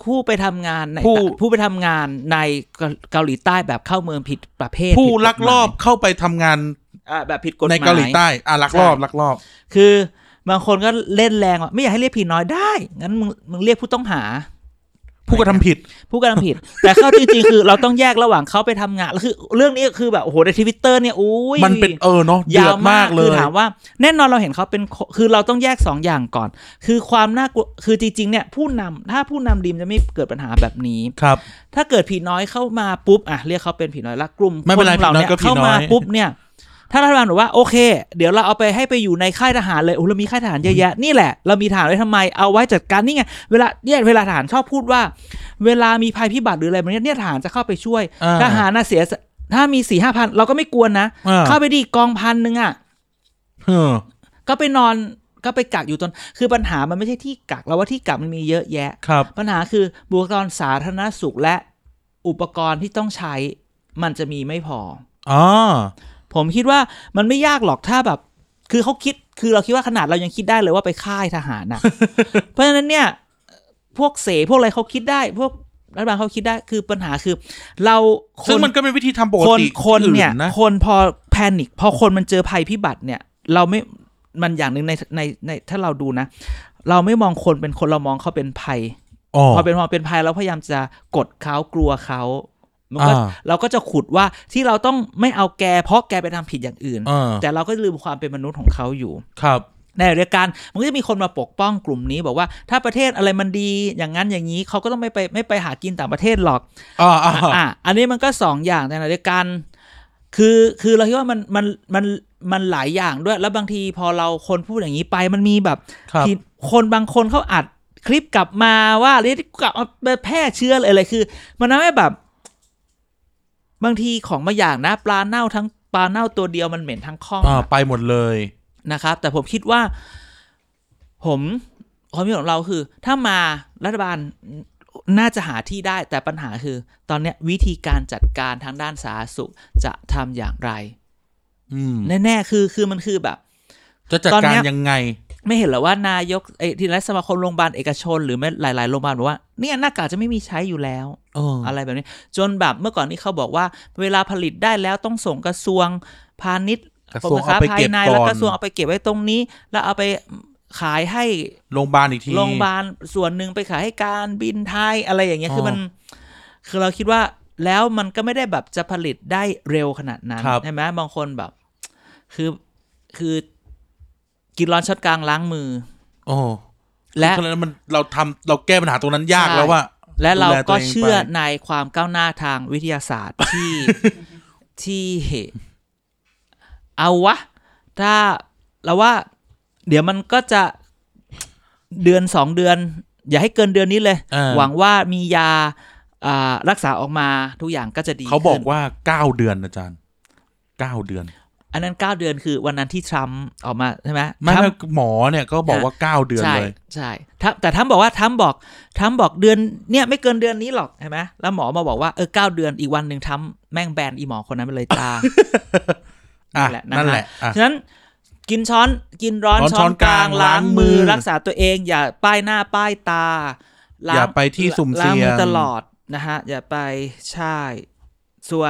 ผู้ไปทำงานในผู้ผู้ไปทำงานในเกาหลีใต้แบบเข้าเมืองผิดประเภทผู้ผิดกฎหมายลักลอบเข้าไปทำงานอ่าแบบผิดกฎหในมายเกาหลีใต้อ่ะลักลอบลักลอบคือบางคนก็เล่นแรงว่าไม่อยากให้เรียกผีน้อยได้งั้นมึงมึงเรียกผู้ต้องหาผู้กระทำผิดผู้กระทำผิด แต่เข้าจริงๆคือเราต้องแยกระหว่างเขาไปทำงานแล้วคือเรื่องนี้คือแบบโอ้โหในทวิตเตอร์เนี่ยอุ้ยมันเป็นเออเนาะเดืยาอวดมามาก กเลคือย ถามว่าแน่นอนเราเห็นเขาเป็นคือเราต้องแยกสองอย่างก่อน คือความน่ากลัวคือจริงๆเนี่ยผู้นำถ้าผู้นำดีมจะไม่เกิดปัญหาแบบนี้ครับถ้าเกิดผีน้อยเข้ามาปุ๊บอ่ะเรียกเขาเป็นผีน้อยละกลุ่มไม่เป็นไรคนเหล่าผีน้อยนี้ก็ผีน้อยเข้ามาปุ๊บเนี่ยถ้ารัฐบาลบอกว่าโอเคเดี๋ยวเราเอาไปให้ไปอยู่ในค่ายทหารเลยโอ้เรามีค่ายทหารเยอะแยะนี่แหละเรามีทหารไว้ทำไมเอาไว้จัดการนี่ไงเวลาเนี่ยเวลาทหารชอบพูดว่า เวลามีภัยพิบัติหรืออะไรแบบนี้เนี่ยทหารจะเข้าไปช่วยอ่าทหารน่ะเสียถ้ามีสี่ห้าพันเราก็ไม่กลัวนะอ่าเข้าไปดีกองพันหนึ่งอ่ะเออก็ไปนอนก็ไปกักอยู่ตนคือปัญหามันไม่ใช่ที่กักแล้วว่าที่กักมันมีเยอะแยะครับปัญหาคือบุคลากรสาธารณสุขและอุปกรณ์ที่ต้องใช้มันจะมีไม่พออ๋อผมคิดว่ามันไม่ยากหรอกถ้าแบบ คือเขาคิดคือเราคิดว่าขนาดเรายังคิดได้เลยว่าไปค่ายทหารนะ เพราะฉะนั้นเนี่ยพวกเสพวกอะไรเขาคิดได้พวกรัฐบาลเขาคิดได้คือปัญหาคือเราคซึ่งนมันก็เป็นวิธีทำปกคนติคนเนี่ยอื่ะคนพอแพนิคพอคนมันเจอภัยพิบัติเนี่ยเราไม่มันอย่างหนึ่งในในในถ้าเราดูนะ เราไม่มองคนเป็นคนเรามองเขาเป็นภัยอ๋อพอเป็นพอเป็นภัยเราพยายามจะกดเขากลัวเขามันก็อ่าเราก็จะขุดว่าที่เราต้องไม่เอาแกเพราะแกไปทำผิดอย่างอื่นอ่าแต่เราก็ลืมความเป็นมนุษย์ของเขาอยู่ครับในเรื่องการมันก็จะมีคนมาปกป้องกลุ่มนี้บอกว่าถ้าประเทศอะไรมันดีอย่างนั้นอย่างนี้เขาก็ต้องไม่ไปไม่ไปหากินต่างประเทศหรอกอ่าอ่าอ่ะอันนี้มันก็สองอย่างในเรื่องการคือคือเราคิดว่ามันมันมันมันหลายอย่างด้วยแล้วบางทีพอเราคนพูดอย่างนี้ไปมันมีแบบครับที่คนบางคนเขาอัดคลิปกลับมาว่าเรียกกลับมาแพร่เชื้ออะไรอะไรคือ มันทำให้แบบ บางทีของบางอย่างนะปลาเน่าทั้งปลาเน่าตัวเดียวมันเหม็นทั้งข้องอ่าไปหมดเลยนะครับ แต่ผมคิดว่า ผมความคิดของเราคือ ถ้ามารัฐบาลน่าจะหาที่ได้ แต่ปัญหาคือ ตอนเนี้ยวิธีการจัดการทางด้านสาธารณสุขจะทำอย่างไรอืมแน่ๆคือคือมันคือแบบจะจัดตอนการเนี้ยยังไงไม่เห็นเหรอว่านายกไอ้ที่รัฐสมาคมโรงพยาบาลเอกชนหรือไม่หลายๆโรงพยาบาลบอกว่าเนี่ยหน้ากากจะไม่มีใช้อยู่แล้วเออออะไรแบบนี้ จนแบบเมื่อก่อนนี้เขาบอกว่า เวลาผลิตได้แล้วต้องส่งกระทรวงพาณิชย์กระทรวงเอาไปภาเก็ยบในก่แล้วอนกระทรวงเอาไปเก็บไว้ตรงนี้ แล้วเอาไปขายให้โรงพยาบาลอีกทีโรงพยาบาลส่วนหนึ่งไปขายให้การบินไทยอะไรอย่างเงี้ยอ๋อคือมันคือเราคิดว่าแล้วมันก็ไม่ได้แบบจะผลิตได้เร็วขนาดนั้นครับใช่ไหมบางคนแบบ คือคือกินร้อนช็อตกลางล้างมือโอ้และเพราะฉะนั้นมันเราทำเราแก้ปัญหาตรงนั้นยากใช่แล้วว่าและเราดูแลตัก็วเองเชื่อไปในความก้าวหน้าทางวิทยาศาสตร์ ที่ ที่เอาวะ ถ้าเราว่า เดี๋ยวมันก็จะเดือนสองเดือน อย่าให้เกินเดือนนี้เลยอ่าหวังว่ามียาอ่ารักษาออกมาทุกอย่างก็จะดีเขาบอกขึ้นว่าเก้าเดือนอาจารย์เก้าเดือนอันนั้นเก้าเดือนคือวันนั้นที่ทรัมป์ออกมาใช่ไหมไม่ทรัมไม่ป์หมอเนี่ยก็บอกว่าเก้าเดือนใช่เลยใช่ทัมแต่ทรัมป์บอกว่าทรัมป์บอกทรัมป์บอกเดือนเนี่ยไม่เกินเดือนนี้หรอกใช่ไหมแล้วหมอมาบอกว่าเออเก้าเดือนอีกวันหนึ่งทรัมป์แม่งแบนอีหมอคนนั้นไปเลยจ้าอ่ะนั่นแหละนะนั่นแหละอ่ะฉะนั้นกินช้อนกินร้อนร้อนช้อนกลางช้อนกลางล้างมือล้างมือรักษาตัวเอง อย่าป้ายหน้าป้ายตาล้งอย่าไปที่สุ่มเสี่ยงล้างมือตลอดนะฮะอย่าไปใช่ส่วน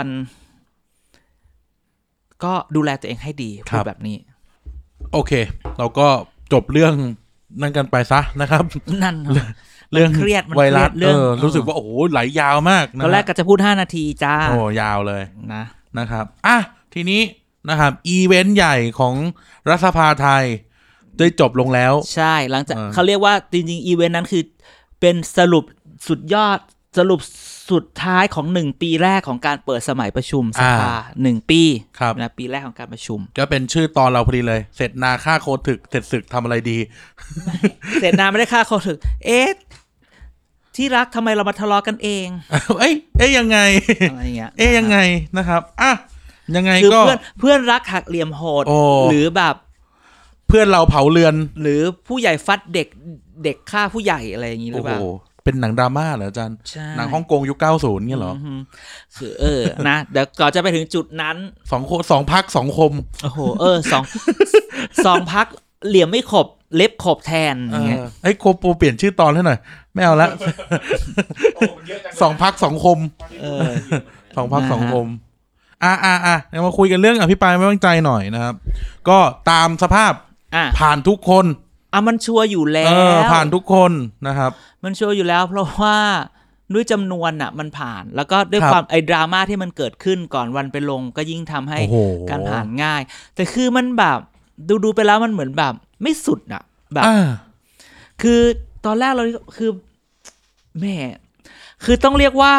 ก็ดูแลตัวเองให้ดีพูดแบบนี้โอเค เราก็จบเรื่องนั่นกันไปซะนะครับนั่นเรื่องเครียดมันไวรัสเครียดเรื่เอองอรู้สึกว่าโอ้โหไหลยาวมากนะตอนแรกก็จะพูดห้านาทีจ้าโอ้ยาวเลยนะนะครับอ่ะทีนี้นะครับอีเวนต์ใหญ่ของรัฐสภาไทยได้จบลงแล้วใช่หลังจากเออเขาเรียกว่าจริงๆอีเวนต์นั้นคือเป็นสรุปสุดยอดสรุปสุดท้ายของหนึ่งปีแรกของการเปิดสมัยประชุมสภาหนึ่งปีครับนะปีแรกของการประชุมก็เป็นชื่อตอนเราพอดีเลย เสร็จนาฆ่าโคถึกเสร็จศึกทำอะไรดีเสร็จนานไม่ได้ค่าเขาถึงเอ๊ะที่รักทำไมเรามาทะเลาะกันเองเอ้ยเอ้ยยังไงอะไรเงี้ยเอ้ยยังไงนะครับอ่ะยังไงคือก็เพื่อนเพื่อนรักหักเหลี่ยมโหดโอ้หรือแบบเพื่อนเราเผาเรือนหรือผู้ใหญ่ฟัดเด็กเด็กฆ่าผู้ใหญ่อะไรอย่างนี้หรืโอ้อเปโหล่าเป็นหนังดราม่าเหรออาจารย์ใช่หนังฮ่องกงยุคเก้าสิบเงี้ยเหรออืมคือเออนะเดี๋ยวก่อนจะไปถึงจุดนั้นสองโคสองพักสองคมโอ้โหเออสอง สองพักเหลี่ยมไม่ขบเล็บขบแทนอย่างเงี้ยไอ้โคโปเปลี่ยนชื่อตอนให้หน่อยไม่เอาละ สองพักสองคมเออสองพักสองคมอ่ะอ่ะอ่ะเดี๋ยวมาคุยกันเรื่องอภิปรายไม่ไว้วางใจหน่อยนะครับก็ตามสภาพผ่านทุกคนอ่ะมันชัวร์อยู่แล้วผ่านทุกคนนะครับมันชัวร์อยู่แล้วเพราะว่าด้วยจำนวนอ่ะมันผ่านแล้วก็ด้วยความไอ้ดราม่าที่มันเกิดขึ้นก่อนวันไปลงก็ยิ่งทำให้การผ่านง่ายแต่คือมันแบบดูดูไปแล้วมันเหมือนแบบไม่สุดอ่ะแบบคือตอนแรกเราคือแม่คือต้องเรียกว่า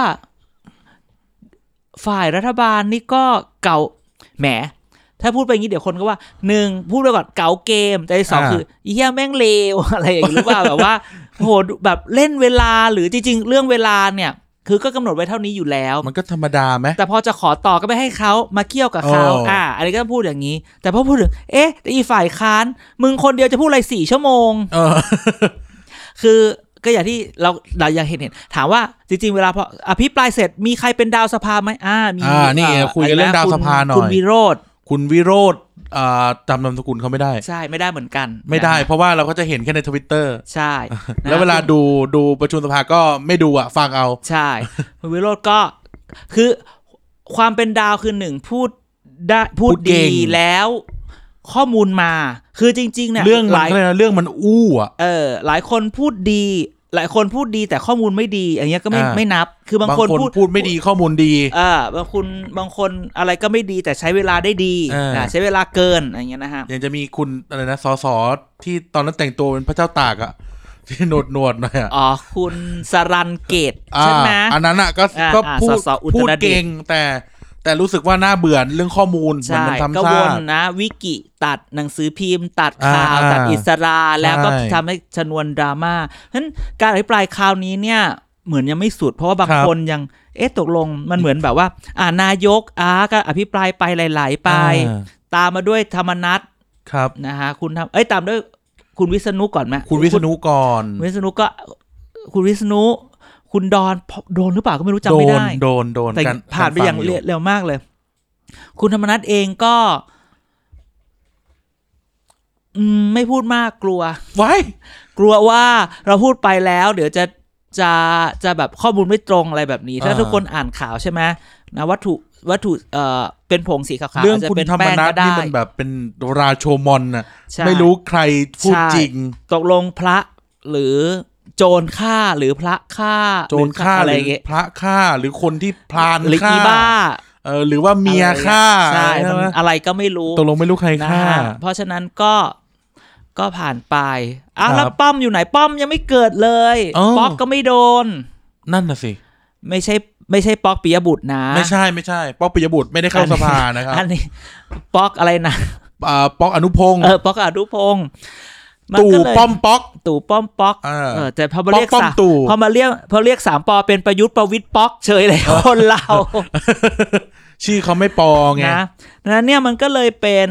ฝ่ายรัฐบาลนี่ก็เก่าแหมถ้าพูดไปงี้เดี๋ยวคนก็ว่าหนึ่งพูดไปก่อนเก่าเกมแต่สองคืออีเหี้ยแม่งเลวอะไรอย่างนี้หรือเปล่าแบบว่าโหแบบเล่นเวลาหรือจริงๆเรื่องเวลาเนี่ยคือก็กำหนดไว้เท่านี้อยู่แล้วมันก็ธรรมดาไหมแต่พอจะขอต่อก็ไม่ให้เขามาเกี่ยวกับเขาอ่าอันนี้ก็พูดอย่างนี้แต่พอพูดถึงเอ๊ะแต่อีฝ่ายค้านมึงคนเดียวจะพูดอะไรสี่ชั่วโมงคือก็อย่างที่เราเราอยากเห็นเห็นถามว่าจริงๆเวลาพออภิปรายเสร็จมีใครเป็นดาวสภาไหมอ่ามีอ่านี่คุยกันเรื่องดาวสภาหน่อยคุณวิโรจน์คุณวิโรจน์อ่าจำนามสกุลเขาไม่ได้ใช่ไม่ได้เหมือนกันไม่ได้เพราะว่าเราก็จะเห็นแค่ใน Twitter ใช่แล้วเวลาดูดูประชุมสภาก็ไม่ดูอ่ะฟังเอาใช่คุณวิโรจน์ก็คือความเป็นดาวคือหนึ่งพูดได้พูดดีแล้วข้อมูลมาคือจริงๆเนี่ยเรื่องหลายเรื่องมันอู้อ่ะเออหลายคนพูดดีหลายคนพูดดีแต่ข้อมูลไม่ดีอย่างเงี้ยก็ไม่ไม่นับคือบางคนพูดพูดไม่ดีข้อมูลดีอ่าบางคนบางคนอะไรก็ไม่ดีแต่ใช้เวลาได้ดีอ่าใช้เวลาเกินอย่างเงี้ยนะฮะยังจะมีคุณอะไรนะสสที่ตอนนั้นแต่งตัวเป็นพระเจ้าตากอ่ะที่หนวดหนวดหน่อยอ่ะอ๋อคุณสรัญเกตใช่ไหมอันนั้นอ่ะก็ก็พูดพูดเก่งแต่แต่รู้สึกว่าน่าเบื่อเรื่องข้อมูลมันทำก็วนนะวิกิตัดหนังสือพิมพ์ตัดข่าวตัดอิสราแล้วก็ทำให้ชนวนดราม่าเพราะฉะนั้นการอภิปรายคราวนี้เนี่ยเหมือนยังไม่สุดเพราะว่าบางคนยังเอ๊ะตกลงมันเหมือนแบบว่าอ่านายกอ่าก็อภิปรายไปหลายๆไปตามมาด้วยธรรมนัสครับนะฮะคุณทำเอ้ยตามด้วยคุณวิษณุก่อนไหมคุณวิษณุก่อนวิษณุก็คุณวิษณุคุณดอนโดนหรือเปล่าก็ไม่รู้จำไม่ได้โดนโดนแต่ผ่านไปอย่างเร็วมากเลยคุณธรรมนัสเองก็อืมไม่พูดมากกลัวไว้กลัวว่าเราพูดไปแล้วเดี๋ยวจะจะจะแบบข้อมูลไม่ตรงอะไรแบบนี้ถ้าทุกคนอ่านข่าวใช่ไหมนะวัตถุวัตถุเอ่อเป็นผงสีขาวๆเรื่องคุณธรรมนัสนี่มันแบบเป็นราโชมอนน่ะไม่รู้ใครพูดจริงตกลงพระหรือโจรฆ่าหรือพระฆ่าโจรฆ่าหรือพระฆ่าหรือคนที่พลานฆ่าหรืออีบ้าเออหรือว่าเมียฆ่าใช่อะไรก็ไม่รู้ตกลงไม่รู้ใครฆ่าเพราะฉะนั้นก็ก็ผ่านไปอ่ะแล้วป้อมอยู่ไหนป้อมยังไม่เกิดเลยป๊อกก็ไม่โดนนั่นน่ะสิไม่ใช่ไม่ใช่ป๊อกปิยบุตรนะไม่ใช่ไม่ใช่ป๊อกปิยบุตรไม่ได้เข้าสภานะครับอันนี้ป๊อกอะไรนะอ่าป๊อกอนุพงศ์เออป๊อกอนุพงศ์ตู่ป้อมป๊อกตู่ป้อมป๊อกเออแต่พอมาเรียกสามพอมาเรียกพอเรียกสามปอเป็นประยุทธ์ประวิตรป๊อกเฉยเลยคนเราชื่อเขาไม่ปอไงนะนั้นเนี่ยมันก็เลยเป็น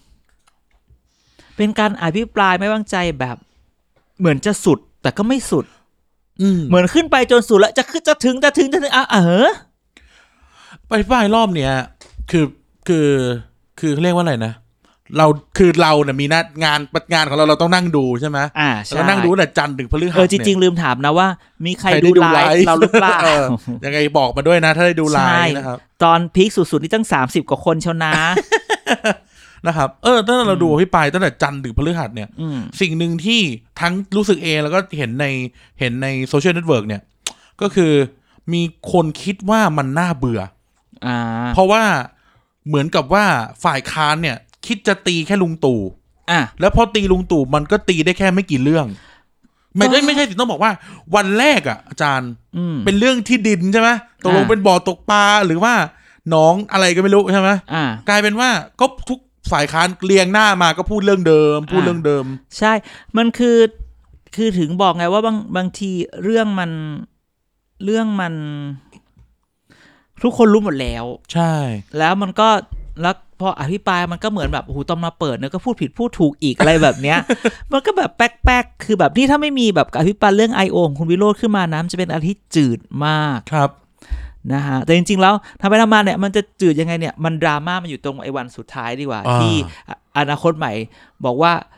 เป็นการอภิปรายไม่ไว้วางใจแบบเหมือนจะสุดแต่ก็ไม่สุดเหมือนขึ้นไปจนสุดแล้วจะขึ้นจะถึงจะถึงจะถึงอ่ะเออไปฝ่ายรอบเนี้ยคือคือคือเขาเรียกว่าอะไรนะเราคือเราเนี่ยมีนัดงานงานของเราเราต้องนั่งดูใช่ไหมอ่าใช่เรานั่งดูแต่จันทร์ถึงพฤหัสเออจริงๆลืมถามนะว่ามีใครดูไลฟ์เราหรือเปล่ายังไงบอกมาด้วยนะถ้าได้ดูไลฟ์นะครับตอนพีคสุดๆนี่ตั้งสามสิบกว่าคนเชียวนะนะครับเออตั้งแต่เราดูพี่ปายตั้งแต่จันทร์ถึงพฤหัสเนี่ยสิ่งหนึ่งที่ทั้งรู้สึกเองแล้วก็เห็นในเห็นในโซเชียลเน็ตเวิร์กเนี่ยก็คือมีคนคิดว่ามันน่าเบื่ออ่าเพราะว่าเหมือนกับว่าฝ่ายค้านเนี่ยคิดจะตีแค่ลุงตู่อ่ะแล้วพอตีลุงตู่มันก็ตีได้แค่ไม่กี่เรื่องไม่ได้ไม่ใช่สิต้องบอกว่าวันแรกอ่ะอาจารย์เป็นเรื่องที่ดินใช่ไหมตกลงเป็นบ่อตกปลาหรือว่าน้องอะไรก็ไม่รู้ใช่ไหมกลายเป็นว่าก็ทุกฝ่ายค้านเรียงหน้ามาก็พูดเรื่องเดิมพูดเรื่องเดิมใช่มันคือคือถึงบอกไงว่าบางบางทีเรื่องมันเรื่องมันทุกคนรู้หมดแล้วใช่แล้วมันก็แล้วพออภิปรายมันก็เหมือนแบบโอ้โหตอนมาเปิดเนี่ยก็พูดผิดพูดถูกอีกอะไรแบบเนี้ย มันก็แบบแป๊กๆคือแบบนี่ถ้าไม่มีแบบอภิปรายเรื่อง ไอ โอ ของคุณวิโรจน์ขึ้นมานะมันจะเป็นอะไรที่จืดมากครับนะฮะแต่จริงๆแล้วทำไปทำมาเนี่ยมันจะจืดยังไงเนี่ยมันดราม่ามันอยู่ตรงไอ้วันสุดท้ายดีกว่าที่อนาคตใหม่บอกว่า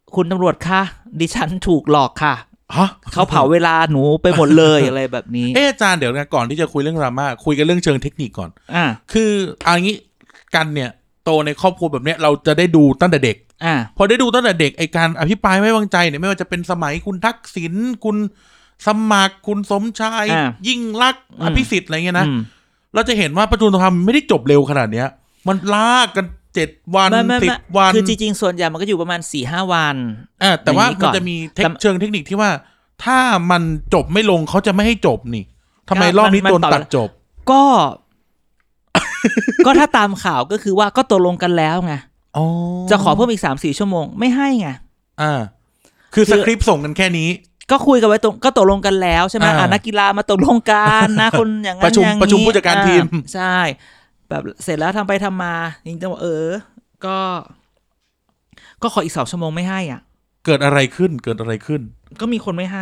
คุณตำรวจคะดิฉันถูกหลอกค่ะฮะเขาเผาเวลาหนูไปหมดเลยอะไรแบบนี้เอออาจารย์เดี๋ยวนะก่อนที่จะคุยเรื่องดราม่าคุยกันเรื่องเชิงเทคนิคก่อนอ่าคือเอางี้กันเนี่ยโตในครอบครัวแบบเนี้ยเราจะได้ดูตั้งแต่เด็กอ่าพอได้ดูตั้งแต่เด็กไอการอภิปรายไม่วางใจเนี่ยไม่ว่าจะเป็นสมัยคุณทักษิณคุณสมัครคุณสมชายยิ่งลักษณ์อภิสิทธิ์อะไรเงี้ยนะเราจะเห็นว่าประชุมสภาไม่ได้จบเร็วขนาดเนี้ยมันลากกันเจ็ดวันสิบวันคือจริงๆส่วนใหญ่มันก็อยู่ประมาณ สี่ห้า วันอ่าแต่ว่ามันจะมีเชิงเทคนิคที่ว่าถ้ามันจบไม่ลงเขาจะไม่ให้จบนี่ทำไมรอบนี้โดนตัดจบก็ ก็ถ้าตามข่าวก็คือว่าก็ตกลงกันแล้วไงจะขอเพิ่มอีก สามสี่ ชั่วโมงไม่ให้ไงอ่าคือสคริปต์ส่งกันแค่นี้ก็คุยกันไว้ตรงก็ตกลงกันแล้วใช่ไหมอ่านักกีฬามาตกลงกันนะคนอย่างนั้นประชุมประชุมผู้จัดการทีมใช่แบบเสร็จแล้วทำไปทำมาจริงๆว่าเออก็ก็ขออีกสองชั่วโมงไม่ให้อ่ะเกิดอะไรขึ้นเกิดอะไรขึ้นก็มีคนไม่ให้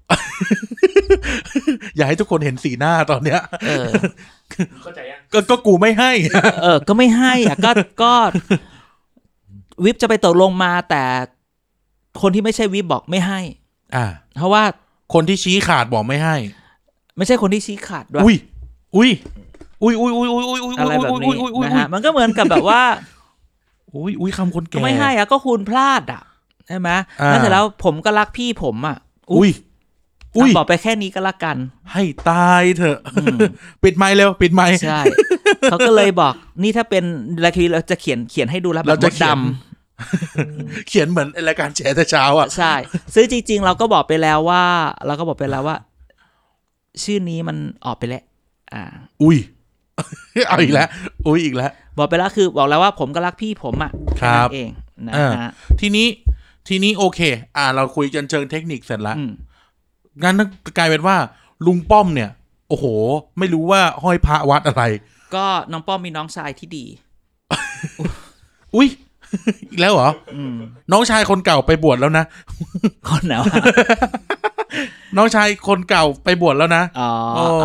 อยากให้ทุกคนเห็นสีหน้าตอนเนี้ยเออเข้าใจยังก็ก็กูไม่ให้เออก็ไม่ให้อ่ะก็ก็วิปจะไปตกลงมาแต่คนที่ไม่ใช่วิปบอกไม่ให้อ่าเพราะว่าคนที่ชี้ขาดบอกไม่ให้ไม่ใช่คนที่ชี้ขาดด้วยอุ้ยอุ้ยอุ้ยอุ้ยอุ้ยอุ้ยอุ้ยอุ้ยอะไรแบบนี้นะฮะมันก็เหมือนกับแบบว่าอุ้ยอุ้ยคำคนแก่ไม่ให้อ่ะก็คุณพลาดอ่ะใช่ไหมแล้วเสร็จแล้วผมก็รักพี่ผมอ่ะอุ้ยอุ้ยบอกไปแค่นี้ก็แล้วกันให้ตายเถอะปิดไมค์เร็วปิดไมค์ใช่เขาก็เลยบอกนี่ถ้าเป็นรายการเราจะเขียนเขียนให้ดูแล้วแบบดำเขียนเหมือนรายการแฉแต่เช้าอ่ะใช่ซึ่งจริงๆเราก็บอกไปแล้วว่าเราก็บอกไปแล้วว่าชื่อนี้มันออกไปแล้วอ่าอุ้ยเอาอีกแล้วอุ้ยอีกแล้วบอกไปแล้วคือบอกแล้วว่าผมก็รักพี่ผมอ่ะแค่นั้นเองนะฮะทีนี้ทีนี้โอเคอ่าเราคุยกันเชิงเทคนิคเสร็จแล้วงั้นกลายเป็นว่าลุงป้อมเนี่ยโอ้โหไม่รู้ว่าห้อยพระวัดอะไรก็น้องป้อมมีน้องชายที่ดีอุ้ยอีกแล้วเหรอน้องชายคนเก่าไปบวชแล้วนะคนไหนวะน้องชายคนเก่าไปบวชแล้วนะอ๋อ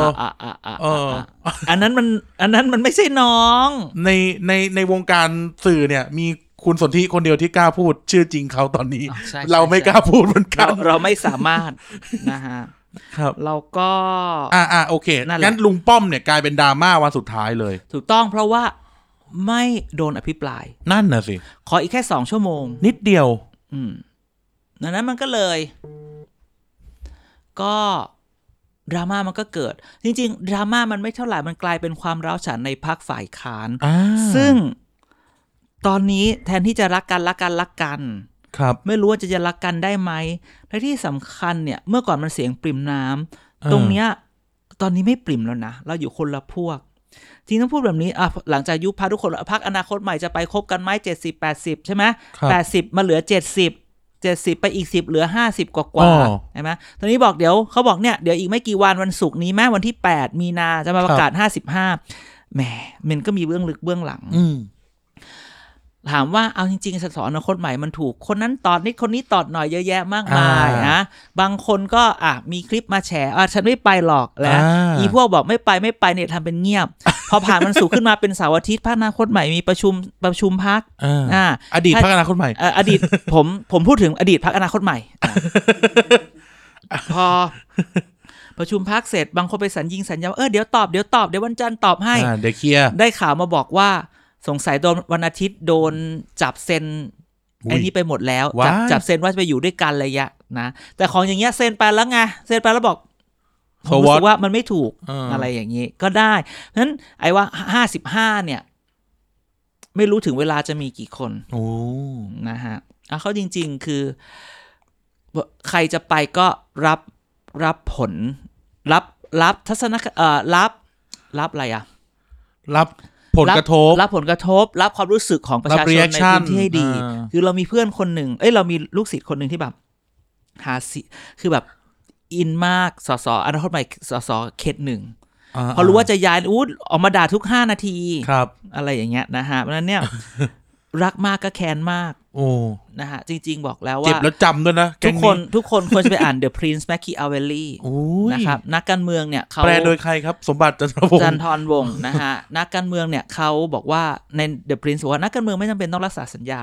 อันนั้นมันอันนั้นมันไม่ใช่น้องในในในวงการสื่อเนี่ยมีคุณสนธิคนเดียวที่กล้าพูดชื่อจริงเขาตอนนี้เราไม่กล้าพูดเหมือนกันเราไม่สามารถนะฮะครับเราก็อ่าอ่าโอเคงั้นลุงป้อมเนี่ยกลายเป็นดราม่าวันสุดท้ายเลยถูกต้องเพราะว่าไม่โดนอภิปรายนั่นน่ะสิขออีกแค่สองชั่วโมงนิดเดียวอืมดังนั้นมันก็เลยก็ดราม่ามันก็เกิดจริงๆดราม่ามันไม่เท่าไหร่มันกลายเป็นความร้าวฉานในพรรคฝ่ายค้านซึ่งตอนนี้แทนที่จะรักกันรักกันรักกันครับไม่รู้ว่าจะจะรักกันได้ไหมและที่สำคัญเนี่ยเมื่อก่อนมันเสียงปริ่มน้ำตรงเนี้ยตอนนี้ไม่ปริ่มแล้วนะเราอยู่คนละพวกจริงต้องพูดแบบนี้อ่ะหลังจากยุบพรรคทุกคนพรรคอนาคตใหม่จะไปคบกันไหมเจ็ดสิบ แปดสิบใช่ไหมแปดสิบมาเหลือเจ็ดสิบ เจ็ดสิบไปอีกสิบเหลือห้าสิบกว่าๆใช่ไหมตอนนี้บอกเดี๋ยวเขาบอกเนี่ยเดี๋ยวอีกไม่กี่วันวันศุกร์นี้แม้วันที่แปดมีนาจะมาประกาศห้าสิบห้าแหมมันก็มีเบื้องลึกเบื้องหลังถามว่าเอาจริงๆสสอนาคตใหม่มันถูกคนนั้นตอดนิดคนนี้ตอดหน่อยเยอะแยะมากมายนะบางคนก็อ่ะมีคลิปมาแฉอ่ะฉันไม่ไปหรอกแล้วอีพวกบอกไม่ไปไม่ไปเนี่ยทำเป็นเงียบพอผ่านมันสู่ขึ้นมาเป็นเสาร์อาทิตย์พรรคอนาคตใหม่มีประชุมประชุมพรรคอ่าอดีตพรรคอนาคตใหม่อดีตผมผมพูดถึงอดีตพรรคอนาคตใหม่พอประชุมพรรคเสร็จบางคนไปสัญญิงสัญญาเออเดี๋ยวตอบเดี๋ยวตอบเดี๋ยววันจันทร์ตอบให้เดี๋ยวเคลียร์ได้ข่าวมาบอกว่าสงสัยโดนวันอาทิตย์โดนจับเซ็นไอ้นี่ไปหมดแล้วจับจับเซ็นว่าจะไปอยู่ด้วยกันอะไรยะนะแต่ของอย่างเงี้ยเซ็นไปแล้วไงเซ็นไปแล้วบอกผมรู้สึกว่ามันไม่ถูก อ, อะไรอย่างงี้ก็ได้เพราะฉะนั้นไอ้ว่าห้าสิบห้าเนี่ยไม่รู้ถึงเวลาจะมีกี่คนโอ้นะฮะเอาเขาจริงๆคือใครจะไปก็รับรับผลรับรับทัศนคติเอ่อรับรับอะไรอ่ะรับผลกระทบรับผลกระทบรับความรู้สึกของประชาชนในพื้นที่ให้ดีคือเรามีเพื่อนคนหนึ่งเอ้ยเรามีลูกศิษย์คนหนึ่งที่แบบหาสิคือแบบอินมากสสอนาคตใหม่สสเขตหนึ่งพอรู้ว่าจะย้ายอู้ออกมาด่าทุกห้านาทีครับอะไรอย่างเงี้ยนะฮะเพราะฉะนั้นเนี่ยรักมากก็แค้นมากโอ้นะฮะจริงๆบอกแล้วว่าเจ็บแล้วจำด้วยนะทุกคนทุกคนควรจะไปอ่าน The Prince Machiavelli นะครับนักการเมืองเนี่ยเขาแปลโดยใครครับสมบัติจันทรวงศ์จันทรวงศ์นะฮะนักการเมืองเนี่ยเขาบอกว่าใน The Prince บอกว่านักการเมืองไม่จำเป็นต้องรักษาสัญญาหรอก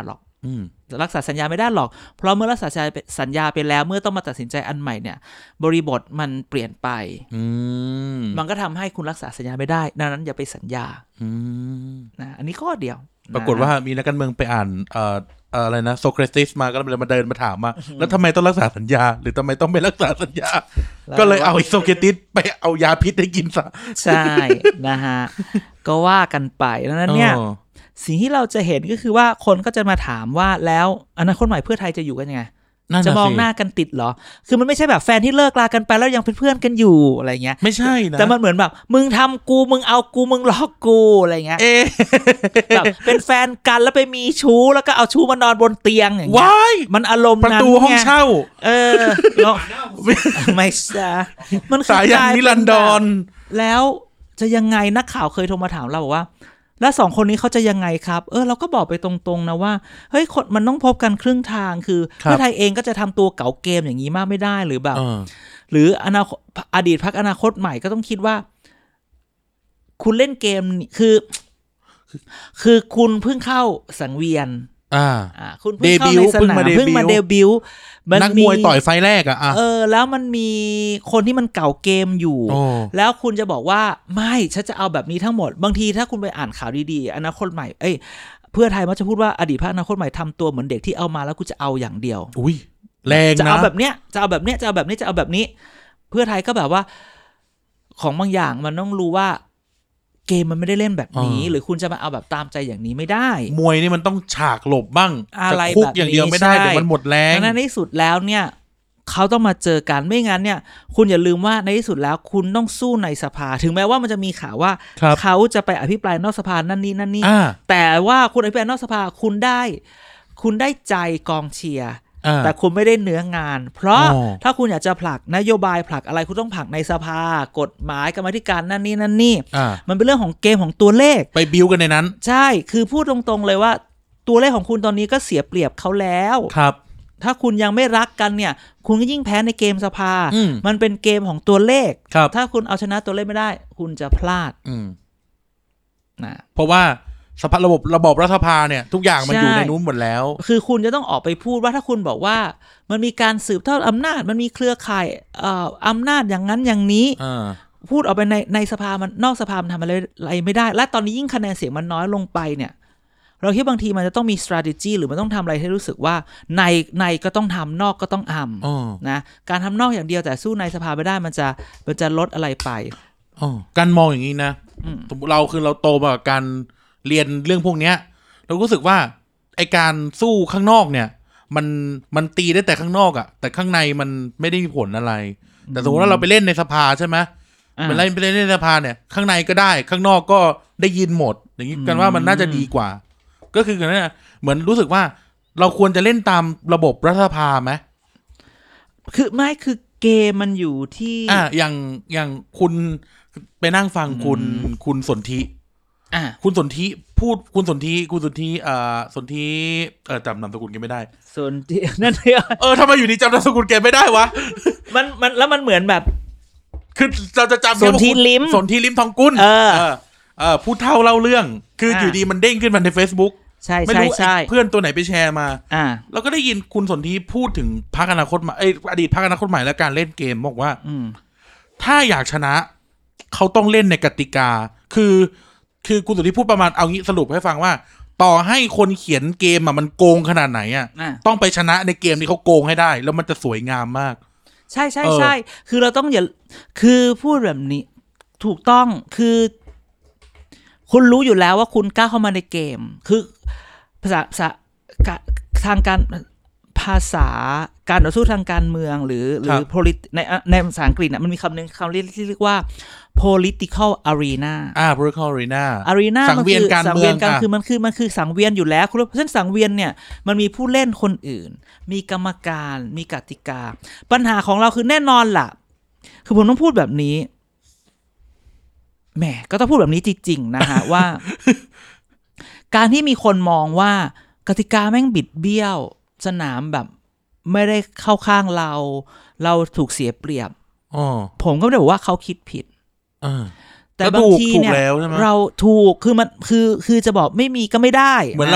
รักษาสัญญาไม่ได้หรอกเพราะเมื่อรักษาสัญญาไปแล้วเมื่อต้องมาตัดสินใจอันใหม่เนี่ยบริบทมันเปลี่ยนไปมันก็ทำให้คุณรักษาสัญญาไม่ได้ดังนั้นอย่าไปสัญญานะอันนี้ข้อเดียวปรากฏว่ามีนักการเมืองไปอ่านเอ่ออะไรนะโซเครติสมาก็เลยมาเดินมาถามมาแล้วทำไมต้องรักษาสัญญาหรือทำไมต้องไม่รักษาสัญญาก็เลยเอาโซเครติสไปเอายาพิษให้กินซะใช่นะฮะก็ว่ากันไปดังนั้นเนี่ยสิ่งที่เราจะเห็นก็คือว่าคนก็จะมาถามว่าแล้วอนาคตใหม่เพื่อไทยจะอยู่กันยังไงจะมองหน้ากันติดเหรอคือมันไม่ใช่แบบแฟนที่เลิกลากันไปแล้วยังเป็นเพื่อนกันอยู่อะไรเงี้ยไม่ใช่นะแต่มันเหมือนแบบมึงทำกูมึงเอากูมึงล็อกกูอะไรเงี้ยแบบเป็นแฟนกันแล้วไปมีชู้แล้วก็เอาชู้มานอนบนเตียงอย่างเงี้ยมันอารมณ์นั้นประตูห้องเช่าเออไม่ใช่มันสายยันนิรันดรแล้วจะยังไงนักข่าวเคยโทรมาถามเราบอกว่าแล้วสองคนนี้เขาจะยังไงครับเออเราก็บอกไปตรงๆนะว่าเฮ้ยคนมันต้องพบกันครึ่งทางคือเพื่อไทยเองก็จะทำตัวเก๋าเกมอย่างนี้มากไม่ได้หรือแบบหรืออนาคตอดีตพรรคอนาคตใหม่ก็ต้องคิดว่าคุณเล่นเกมคือคือคุณเพิ่งเข้าสังเวียนอ่าคุณเพิ่งเข้าในสนามเพิ่งมาเดบิวต์นักมวยต่อยไฟแรกอ่ะเออแล้วมันมีคนที่มันเก่าเกมอยู่แล้วคุณจะบอกว่าไม่ฉันจะเอาแบบนี้ทั้งหมดบางทีถ้าคุณไปอ่านข่าวดีๆอนาคตใหม่เอ้ยเพื่อไทยมักจะพูดว่าอดีตพรรคอนาคตใหม่ทำตัวเหมือนเด็กที่เอามาแล้วกูจะเอาอย่างเดียวอุ้ยแรงนะจะเอาแบบเนี้ยจะเอาแบบเนี้ยจะเอาแบบนี้จะเอาแบบนี้เพื่อไทยก็แบบว่าของบางอย่างมันต้องรู้ว่าเกมมันไม่ได้เล่นแบบนี้หรือคุณจะมาเอาแบบตามใจอย่างนี้ไม่ได้มวยนี่มันต้องฉากหลบบ้างอะไรคุกอย่างเดียวไม่ได้เดี๋ยวมันหมดแรงในที่สุดแล้วเนี่ยเขาต้องมาเจอกันไม่งั้นเนี่ยคุณอย่าลืมว่าในที่สุดแล้วคุณต้องสู้ในสภาถึงแม้ว่ามันจะมีข่าวว่าเขาจะไปอภิปรายนอกสภานั่นนี่นั่นนี่แต่ว่าคุณอภิปรายนอกสภาคุณได้คุณได้ใจกองเชียร์แต่คุณไม่ได้เนื้องานเพราะถ้าคุณอยากจะผลักนโยบายผลักอะไรคุณต้องผลักในสภากฎหมายกรรมธิการนั่นนี่นั่นนี่มันเป็นเรื่องของเกมของตัวเลขไปบิ้วกันในนั้นใช่คือพูดตรงๆเลยว่าตัวเลขของคุณตอนนี้ก็เสียเปรียบเขาแล้วครับถ้าคุณยังไม่รักกันเนี่ยคุณก็ยิ่งแพ้ในเกมสภามันเป็นเกมของตัวเลขถ้าคุณเอาชนะตัวเลขไม่ได้คุณจะพลาดนะเพราะว่าสภาระบบระบบรัฐสภาเนี่ยทุกอย่างมันอยู่ในนู้นหมดแล้วคือคุณจะต้องออกไปพูดว่าถ้าคุณบอกว่ามันมีการสืบทอดอำนาจมันมีเครือข่ายเอ่ออำนาจอย่างนั้นอย่างนี้พูดออกไปในในสภามันนอกสภามันทำอะไรอะไรไม่ได้และตอนนี้ยิ่งคะแนนเสียงมันน้อยลงไปเนี่ยเราคิดบางทีมันจะต้องมี strategy หรือมันต้องทำอะไรให้รู้สึกว่าในในก็ต้องทำนอกก็ต้องทำนะการทำนอกอย่างเดียวแต่สู้ในสภาไม่ได้มันจะมันจะลดอะไรไปการมองอย่างนี้นะสมมติเราคือเราโตมากับการเรียนเรื่องพวกเนี้ยเรารู้สึกว่าไอการสู้ข้างนอกเนี่ยมันมันตีได้แต่ข้างนอกอะแต่ข้างในมันไม่ได้มีผลอะไรแต่สมมติว่าเราไปเล่นในสภาใช่ไหมไปเล่นไปเล่นในสภาเนี่ยข้างในก็ได้ข้างนอกก็ได้ยินหมดอย่างนี้กันว่ามันน่าจะดีกว่าก็คือกันนะเหมือนรู้สึกว่าเราควรจะเล่นตามระบบรัฐสภาไหมคือไม่คือเกมมันอยู่ที่อ่ะอย่างอย่างคุณไปนั่งฟังคุณคุณสนธิอ่ะคุณสนธิพูดคุณสนธิคุณสนธิอ่าสนธิเออจำนามสกุลแกไม่ได้สนธินั่นเองเออทำไมอยู่ดีจำนามสกุลแกไม่ได้วะมันมันแล้วมันเหมือนแบบคือเราจะจำสนธิลิ้มสนธิลิ้มทองกุลเออเออพูดเท่าเล่าเรื่องคืออยู่ดีมันเด้งขึ้นมาใน Facebook ใช่ใช่ใช่เพื่อนตัวไหนไปแชร์มาอ่าเราก็ได้ยินคุณสนธิพูดถึงพรรคอนาคตใหม่อดีตพรรคอนาคตใหม่และการเล่นเกมบอกว่าถ้าอยากชนะเขาต้องเล่นในกติกาคือคือคุณสนธิพูดประมาณเอางี้สรุปให้ฟังว่าต่อให้คนเขียนเกมอ่ะมันโกงขนาดไหนอ่ะต้องไปชนะในเกมที่เขาโกงให้ได้แล้วมันจะสวยงามมากใช่ใช่ใช่คือเราต้องอย่าคือพูดแบบนี้ถูกต้องคือคุณรู้อยู่แล้วว่าคุณกล้าเข้ามาในเกมคือภาษาภาษาทางการภาษาการต่อสู้ทางการเมืองหรือหรือ politi ในในภาษาอังกฤษน่ะมันมีคำหนึ่งคำเรียกที่เรียกว่า political arena อ่า political arena arena สังเวียนการเมืองกันคือมันคือมันคือสังเวียนอยู่แล้วคุณเพราะฉะนั้นสังเวียนเนี่ยมันมีผู้เล่นคนอื่นมีกรรมการมีกติกาปัญหาของเราคือแน่นอนล่ะคือผมต้องพูดแบบนี้แหมก็ต้องพูดแบบนี้จริงๆนะฮะ ว่า การที่มีคนมองว่ากติกาแม่งบิดเบี้ยวสนามแบบไม่ได้เข้าข้างเราเราถูกเสียเปรียบผมก็ไม่ได้บอกว่าเขาคิดผิดแต่บางทีเนี่ยเราถูกคือมันคือคือจะบอกไม่มีก็ไม่ได้เหมือนเราไป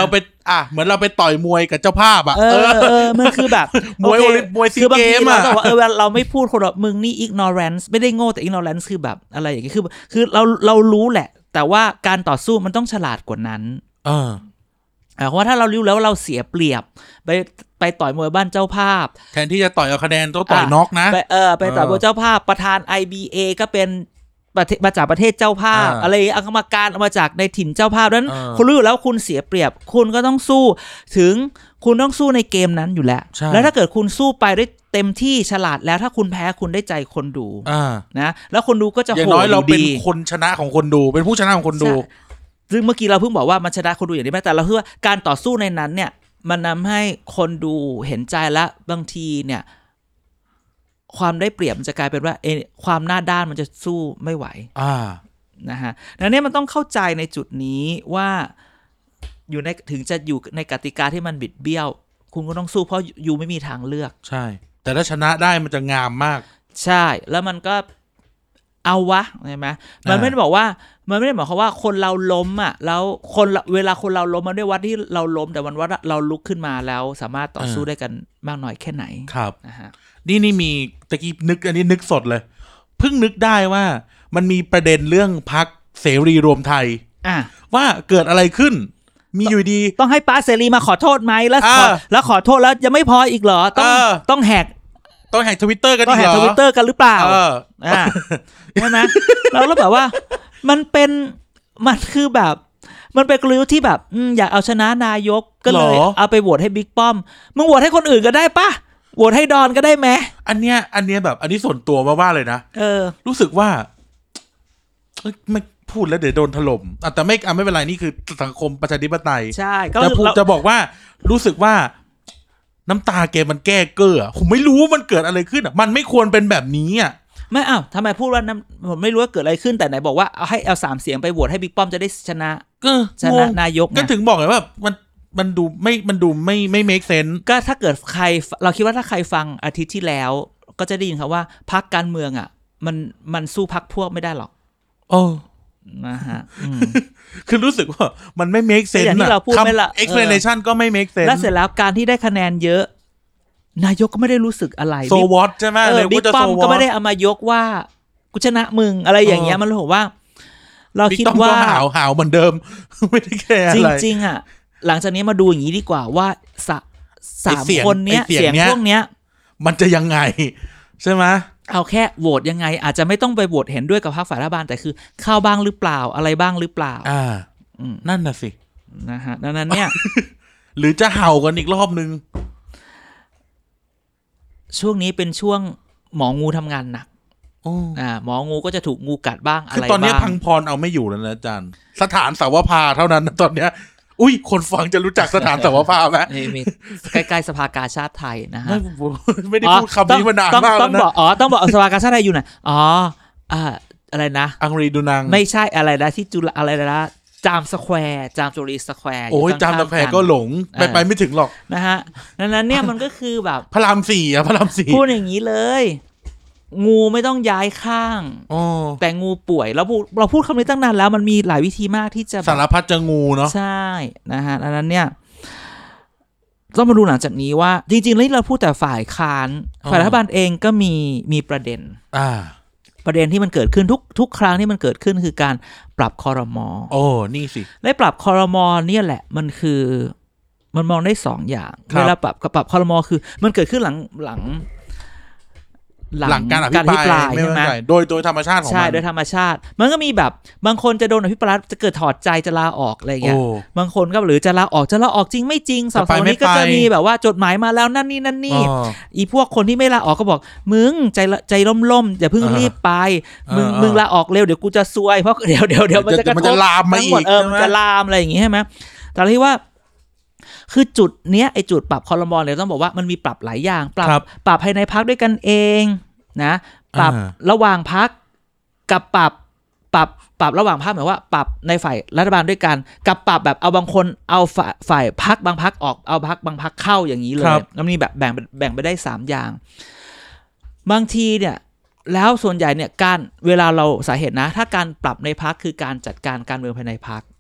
อ่ะเหมือนเราไปต่อยมวยกับเจ้าภาพอ่ะเออเออมันคือแบบมวยมวยซีเกมอ่ะคือบางทีเราบอกว่าเออเราไม่พูดคนแบบมึงนี่ ignorance ไม่ได้โง่แต่ ignorance คือแบบอะไรอย่างเงี้ยคือคือเราเรารู้แหละแต่ว่าการต่อสู้มันต้องฉลาดกว่านั้นเออเพราะว่าถ้าเรารู้แล้วเราเสียเปรียบไปไปต่อยมวยบ้านเจ้าภาพแทนที่จะต่อยเอาคะแนนต้องต่อยน็อกนะไปเออไปต่อยมวยเจ้าภาพประธาน ไอ บี เอ ก็เป็นประเทศมาจากประเทศเจ้าภาพอะไรกรรมการมาจากในถิ่นเจ้าภาพนั้นคุณรู้อยู่แล้วคุณเสียเปรียบคุณก็ต้องสู้ถึงคุณต้องสู้ในเกมนั้นอยู่แล้วแล้วถ้าเกิดคุณสู้ไปได้เต็มที่ฉลาดแล้วถ้าคุณแพ้คุณได้ใจคนดูนะแล้วคนดูก็จะโหดดีอย่างน้อยเราเป็นคนชนะของคนดูเป็นผู้ชนะของคนดูซึ่งเมื่อกี้เราเพิ่งบอกว่ามันชนะคนดูอย่างนี้ไหมแต่เราคิดว่าการต่อสู้ในนั้นเนี่ยมันทำให้คนดูเห็นใจและบางทีเนี่ยความได้เปรียบมันจะกลายเป็นว่าเอความหน้าด้านมันจะสู้ไม่ไหวอ่านะฮะดังนั้นมันต้องเข้าใจในจุดนี้ว่าอยู่ในถึงจะอยู่ในกติกาที่มันบิดเบี้ยวคุณก็ต้องสู้เพราะอยู่ไม่มีทางเลือกใช่แต่ถ้าชนะได้มันจะงามมากใช่แล้วมันก็เอาวะใช่ไหมมันไม่ได้บอกว่ามันไม่ได้หมายความว่าคนเราล้มอ่ะแล้วคนเวลาคนเราล้มมันไม่ได้วัดที่เราล้มแต่วันวัดเราลุกขึ้นมาแล้วสามารถต่อสู้ได้กันมากน้อยแค่ไหนครับนะฮะนี่นี่มีตะกี้นึกอันนี้นึกสดเลยเพิ่งนึกได้ว่ามันมีประเด็นเรื่องพรรคเสรีรวมไทยอ่ะว่าเกิดอะไรขึ้นมีอยู่ดีต้องให้ป้าเสรีมาขอโทษไหมแล้วแล้วขอโทษแล้วยังไม่พออีกเหรอต้องต้องแหกต้องแหก Twitter กันอีกเหรอต้องแหก Twitter กันหรือเปล่าอ่าใช่ไหมเราแล้วแบบว่ามันเป็นมันคือแบบมันเป็นกลยุทธ์ที่แบบอยากเอาชนะนายกก็เลยเอาไปโหวตให้บิ๊กป้อมมึงโหวตให้คนอื่นก็ได้ปะโหวตให้ดอนก็ได้ไหมอันเนี้ยอันเนี้ยแบบอันนี้ส่วนตัวมากๆเลยนะเออรู้สึกว่าไม่พูดแล้วเดี๋ยวโดนถล่มแต่ไม่ไม่เป็นไรนี่คือสังคมประชาธิปไตยใช่ก็จะพูดจะบอกว่ารู้สึกว่าน้ำตาแกมันแก้เก้อผมไม่รู้ว่ามันเกิดอะไรขึ้นอ่ะมันไม่ควรเป็นแบบนี้อ่ะไม่อ้าวทำไมพูดว่าผมไม่รู้ว่าเกิดอะไรขึ้นแต่ไหนบอกว่าเอาให้เอาสามเสียงไปโหวตให้บิ๊กป้อมจะได้ชนะชนะนายกก็ถึงบอกไงว่ามันมันดูไม่มันดูไม่ไม่ make sense ก็ถ้าเกิดใครเราคิดว่าถ้าใครฟังอาทิตย์ที่แล้วก็จะได้ยินครับว่าพรรคการเมืองอ่ะมันมันสู้พรรคพวกไม่ได้หรอกโอ้นะฮะคือรู้สึกว่ามันไม่ make sense อย่างที่เราพูดไม่ละ explanation ก็ไม่ make sense แล้วเสร็จแล้วการที่ได้คะแนนเยอะนายกก็ไม่ได้รู้สึกอะไร so what ใช่ไหมเลยบิ๊กป้อมก็ไม่ได้เอามายกว่ากูชนะมึงอะไรอย่างเงี้ยมันรู้ว่าเราคิดว่าหาวหาวเหมือนเดิมไม่ได้แค่อะไรจริงๆอ่ะหลังจากนี้มาดูอย่างนี้ดีกว่าว่าสามคนเนี้ยเสียงพวกเนี้ยมันจะยังไงใช่ไหมเอาแค่โหวตยังไงอาจจะไม่ต้องไปโหวตเห็นด้วยกับพรรคฝ่ายรัฐบาลแต่คือเข้าบ้างหรือเปล่าอะไรบ้างหรือเปล่าอ่านั่นน่ะสินะฮะดังนั้นเนี่ยหรือจะเห่ากันอีกรอบนึงช่วงนี้เป็นช่วงหมองูทำงานหนักอ่าหมองูก็จะถูกงูกัดบ้างอะไรบ้างคือตอนนี้พังพรเอาไม่อยู่แล้วนะอาจารย์สถานสาวภาเท่านั้นตอนเนี้ยอุ้ยคนฟังจะรู้จักสถานสาวภาไหมมีใกล้ๆสภากาชาติไทยนะฮะไม่ได้พูดคำนี้มานานมากแล้วนะต้องบอกอ๋อต้องบอกสภากาชาติไทยอยู่ไหนอ๋ออ่าอะไรนะอังรีดูนังไม่ใช่อะไรนะที่จุฬาอะไรนะจามสแควร์จามจุรีสแควร์โอ้ยจามสแควร์ก็หลงไปไปไม่ถึงหรอกนะฮะดังนั้นเนี่ยมันก็คือแบบพระรามสี่อะพระรามสี่พูดอย่างนี้เลยงูไม่ต้องย้ายข้างแต่งูป่วยเราพูดเราพูดคำนี้ตั้งนานแล้วมันมีหลายวิธีมากที่จะสารพัดจะงูเนาะใช่นะฮะดังนั้นเนี่ยต้องมาดูหลังจากนี้ว่าจริงๆแล้วเราพูดแต่ฝ่ายค้านฝ่ายรัฐบาลเองก็มีมีประเด็นอ่าประเด็นที่มันเกิดขึ้นทุกทุกครั้งที่มันเกิดขึ้นคือการปรับครม. โอ้นี่สิได้ปรับครม.เนี่ยแหละมันคือมันมองได้สองอย่างเวลาปรับกับปรับครม.คือมันเกิดขึ้นหลังหลังหลังการอภิปรายใช่ไหมโดยโดยธรรมชาติของมันใช่โดยธรรมชาติมันก็มีแบบบางคนจะโดนอภิปรายจะเกิดถอดใจจะลาออกอะไรเงี้ยบางคนก็หรือจะลาออกจะลาออกจริงไม่จริงสองๆนี้ก็จะมีแบบว่าจดหมายมาแล้วนั่นนี่นั่นนี่อีพวกคนที่ไม่ลาออกก็บอกมึงใจใจล่มๆอย่าเพิ่งรีบไปมึงมึงลาออกเร็วเดี๋ยวกูจะซวยเพราะเดี๋ยวเดี๋ยวเดี๋ยวมันจะกระทบลามมาอีกเออมันจะลามอะไรอย่างงี้ใช่ไหมแต่ที่ว่าคือจุดเนี้ยไอจุดปรับครม.เนี่ยต้องบอกว่ามันมีปรับหลายอย่างปรับปรับภายในพรรคด้วยกันเองนะปรับระหว่างพรรคกับปรับปรับปรับระหว่างพรรคหมายว่าปรับในฝ่ายรัฐบาลด้วยกันกับปรับแบบเอาบางคนเอาฝ่ายฝ่ายพรรคบางพรรคออกเอาพรรคบางพรรคเข้าอย่างนี้เลยแล้วมีแบบแบ่งแบ่งไปได้สามอย่างบางทีเนี่ยแล้วส่วนใหญ่เนี่ยการเวลาเราสาเหตุนะถ้าการปรับในพรรคคือการจัดการการเมืองภายในพรรค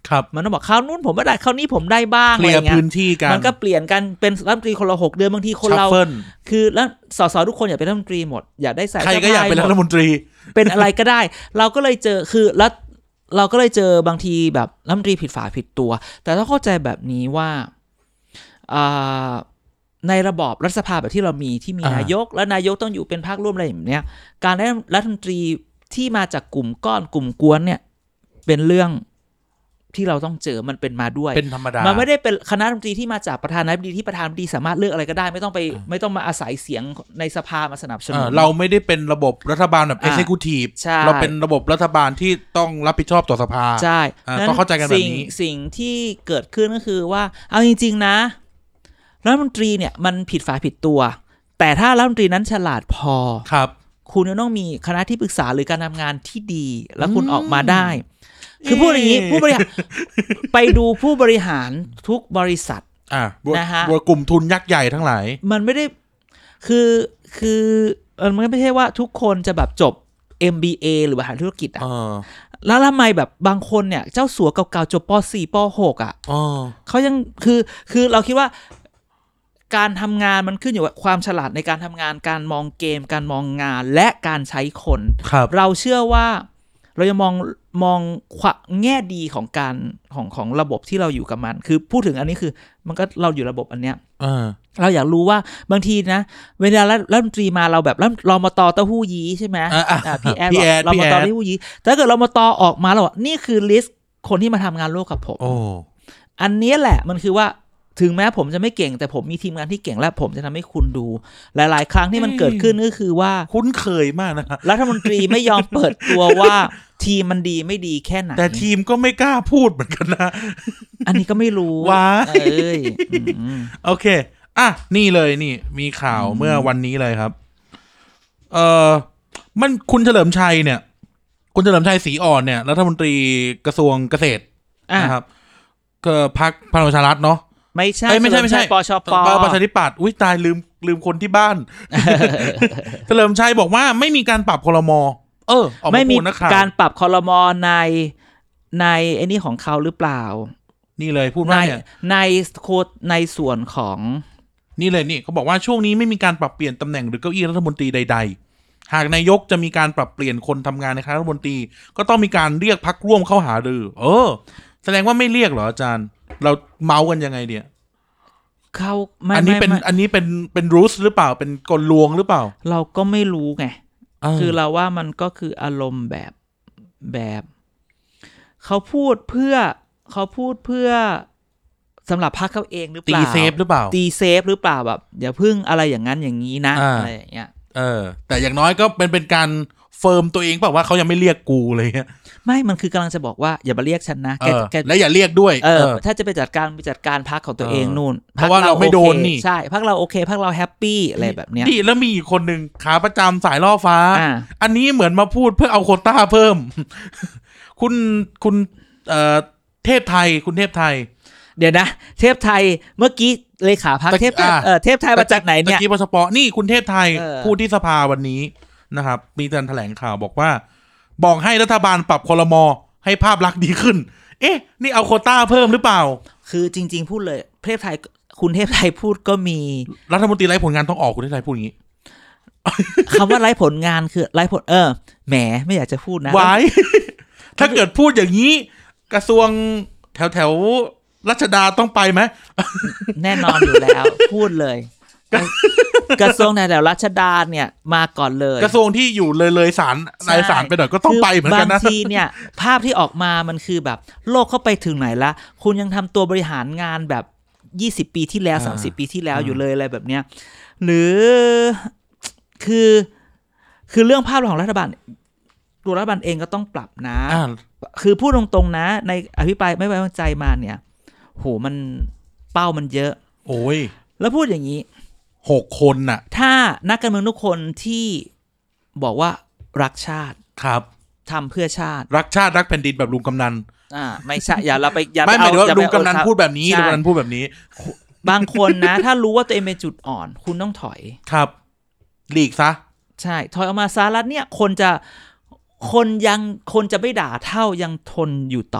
ครับมันต้องบอกคราวนู้นผมไม่ได้คราวนี้ผมได้บ้างเคอะไรลียร์เงี้ยพื้นที่กันมันก็เปลี่ยนกันเป็นรัฐมนตรีคนละหกเดือนบางทีคนเรา Shuffle คือแล้วสสทุกคนอยากเป็นรัฐมนตรีหมดอยากได้สายใครก็อยากเป็นรัฐมนตรีเป็นอะไรก็ได้ เราก็เลยเจอคือแล้วเราก็เลยเจอบางทีแบบรัฐมนตรีผิดฝาผิดตัวแต่ต้องเข้าใจแบบนี้ว่าอ่าในระบอบรัฐสภาแบบที่เรามีที่มีอ่านนายกและนายกต้องอยู่เป็นพรรคร่วมอะไรอย่างเนี้ยการได้รัฐมนตรีที่มาจากกลุ่มก้อนกลุ่มกวนเนี่ยเป็นเรื่องที่เราต้องเจอมันเป็นมาด้วยเป็นธรรมดามันไม่ได้เป็นคณะรัฐมนตรีที่มาจากประธานาธิบดีที่ประธานาธิบดีสามารถเลือกอะไรก็ได้ไม่ต้องไปไม่ต้องมาอาศัยเสียงในสภามาสนับสนุเอน อเราไม่ได้เป็นระบบรัฐบาลแบบ executive ใช่เราเป็นระบบรัฐบาลที่ต้องรับผิดชอบต่อสภาใช่อ่าต้องเข้าใจกันแบบนี้สิ่งสิ่งที่เกิดขึ้นก็คือว่าเอาจริงๆนะรัฐมนตรีเนี่ยมันผิดฝาผิดตัว แต่ถ้ารัฐมนตรีนั้นฉลาดพอครับคุณจะต้องมีคณะที่ปรึกษาหรือการทำงานที่ดี แล้วคุณออกมาได้ คือพูดอย่างนี้ผู้บริหารไปดูผู้บริหารทุกบริษัทอ่านะฮะบวกกลุ่มทุนยักษ์ใหญ่ทั้งหลายมันไม่ได้คือคือมันไม่ใช่ว่าทุกคนจะแบบจบ เอ็ม บี เอ หรือบริหารธุรกิจอ่ะเออแล้วทำไมแบบบางคนเนี่ยเจ้าสัวเก่าๆจบป สี่ ป หก อ่ะอ๋อเขายังคือคือเราคิดว่าการทำงานมันขึ้นอยู่กับความฉลาดในการทำงานการมองเกมการมองงานและการใช้คนครับเราเชื่อว่าเราจะมองมองแง่ดีของการของของระบบที่เราอยู่กับมันคือพูดถึงอันนี้คือมันก็เราอยู่ระบบอันเนี้ยเออเราอยากรู้ว่าบางทีนะเวลารัฐมนตรีมาเราแบบรมตเต้าหู้ยี้ใช่ไหมอ่ะอ่ะอ่ะพี่แอดพี่บอกแอดรพี่มแอตดเต้าหู้ยี้แต่ถ้าเกิดรมตออกมาแล้วบอกนี่คือลิสต์คนที่มาทำงานร่วมกับผมโอ้อันนี้แหละมันคือว่าถึงแม้ผมจะไม่เก่งแต่ผมมีทีมงานที่เก่งและผมจะทำให้คุณดู หลาย ๆ ครั้งที่มันเกิดขึ้นก็คือว่าคุ้นเคยมากนะครับรัฐมนตรีไม่ยอมเปิดตัวว่าทีมมันดีไม่ดีแค่ไหนแต่ทีมก็ไม่กล้าพูดเหมือนกันนะอันนี้ก็ไม่รู้ว้ายเอ้ยอืมโอเค อ่ะ นี่เลยนี่ มีข่าวเมื่อวันนี้เลยครับ เอ่อ มันคุณเฉลิมชัยเนี่ย คุณเฉลิมชัยศรีอ่อนเนี่ย รัฐมนตรีกระทรวงเกษตรอ่ะนะครับ ก็พรรคพลังประชารัฐเนาะไม่ใช่เอ้ยไม่ใช่ไม่ใช่ปชปประชาธิปัตย์อุ้ยตายลืมลืมคนที่บ้าน เฉลิมชัยบอกว่าไม่มีการปรับครม.เออออกมาไม่มีพูดนะครับการปรับครม.ในในไอ้นี่ของเขาหรือเปล่านี่เลยพูดในว่าเนี่ยในโคดในส่วนของนี่เลยนี่เขาบอกว่าช่วงนี้ไม่มีการปรับเปลี่ยนตำแหน่งหรือเก้าอี้รัฐมนตรีใดๆหากนายกจะมีการปรับเปลี่ยนคนทำงานในคณะรัฐมนตรีก็ต้องมีการเรียกพรรคร่วมเข้าหารือเออแสดงว่าไม่เรียกเหรออาจารย์ เราเมาส์กันยังไงเนี่ยเขาไม่อันนี้ไม่เป็นไม่อันนี้เป็นเป็นรูสหรือเปล่าเป็นกลลวงหรือเปล่าเราก็ไม่รู้ไงเออคือเราว่ามันก็คืออารมณ์แบบแบบเขาพูดเพื่อเขาพูดเพื่อสำหรับพรรคเขาเองหรือเปตีล่าเซฟหรือเปล่าตีเซฟหรือเปล่าแบบอย่าพึ่งอะไรอย่างนั้นอย่างนี้นะอ่าอะไรอย่างเงี้ยเออ แต่อย่างน้อยก็เป็นเป็นการเฟิร์มตัวเองเปล่าว่าเขายังไม่เรียกกูเลยเงี้ยไม่มันคือกำลังจะบอกว่าอย่ามาเรียกฉันนะเอแกอแกและอย่าเรียกด้วยเออเออถ้าจะไปจัดการไปจัดการพรรคของตัวเองเออนู่นเพราะว่าเราไม่โดนโอเคนี่ใช่พรรคเราโอเคพรรคเราแฮปปี้อะไรแบบเนี้ยนี่แล้วมีอีกคนหนึ่งขาประจำสายล่อฟ้าอ่าอันนี้เหมือนมาพูดเพื่อเอาโควต้าเพิ่ม คุณคุณเอ่อเทพไทยคุณเทพไทยเดี๋ยวนะ เทพไทยเมื่อกี้เลขาพรรคตะกี้เทพไทยอ่าเออเทพไทยมาจากไหนเนี่ยตะกี้ปชปนี่คุณเทพไทยเออพูดที่สภาวันนี้นะครับ มีการแถลงข่าวบอกว่า บอกให้รัฐบาลปรับครม.ให้ภาพลักษณ์ดีขึ้น เอ๊ะ นี่เอาโควต้าเพิ่มหรือเปล่าคือจริง ๆ พูดเลยเทพไทยคุณเทพไทยพูดก็มีรัฐมนตรีไร้ผลงานต้องออกคุณเทพไทยพูดอย่างนี้คำว่าไร้ผลงานคือไร้ผลเออแหมไม่อยากจะพูดนะไว้ ถ้าเกิดพูดอย่างนี้ กระทรวงแถวแถวๆรัชดาต้องไปไหมแน่นอนอยู่แล้ว พูดเลย กระทรวงแถวๆรัชดาเนี่ยมาก่อนเลยกระทรวงที่อยู่เลยเลยสารนายสารไปหน่อยก็ต้องไปเหมือนกันนะบางทีเนี่ยภาพที่ออกมามันคือแบบโลกเข้าไปถึงไหนละคุณยังทำตัวบริหารงานแบบยี่สิบปีที่แล้วอ่าสามสิบปีที่แล้วอ่าอยู่เลยอะไรแบบเนี้ยหรือคือคือเรื่องภาพของรัฐบาลตัวรัฐบาลเองก็ต้องปรับนะอ่าคือพูดตรงๆนะในอภิปรายไม่ไว้วางใจมาเนี่ยโหมันเป้ามันเยอะโอ้ยแล้วพูดอย่างนี้หกคนน่ะถ้านักการเมืองทุกคนที่บอกว่ารักชาติครับทำเพื่อชาติรักชาติรักแผ่นดินแบบลุงกำนันอ่าไม่ใช่อย่าเราไปอย่าไม่หมายถึงว่าอย่ลุงไปกำนันเอาพูดแบบนี้ใช่ลุงกำนันพูดแบบนี้บางคนนะ ถ้ารู้ว่าตัวเองเป็นจุดอ่อน คุณต้องถอยครับหลีกซะใช่ถอยออกมาซะแล้วเนี่ยคนจะคนยังคนจะไม่ด่าเท่ายังทนอยู่ต่อ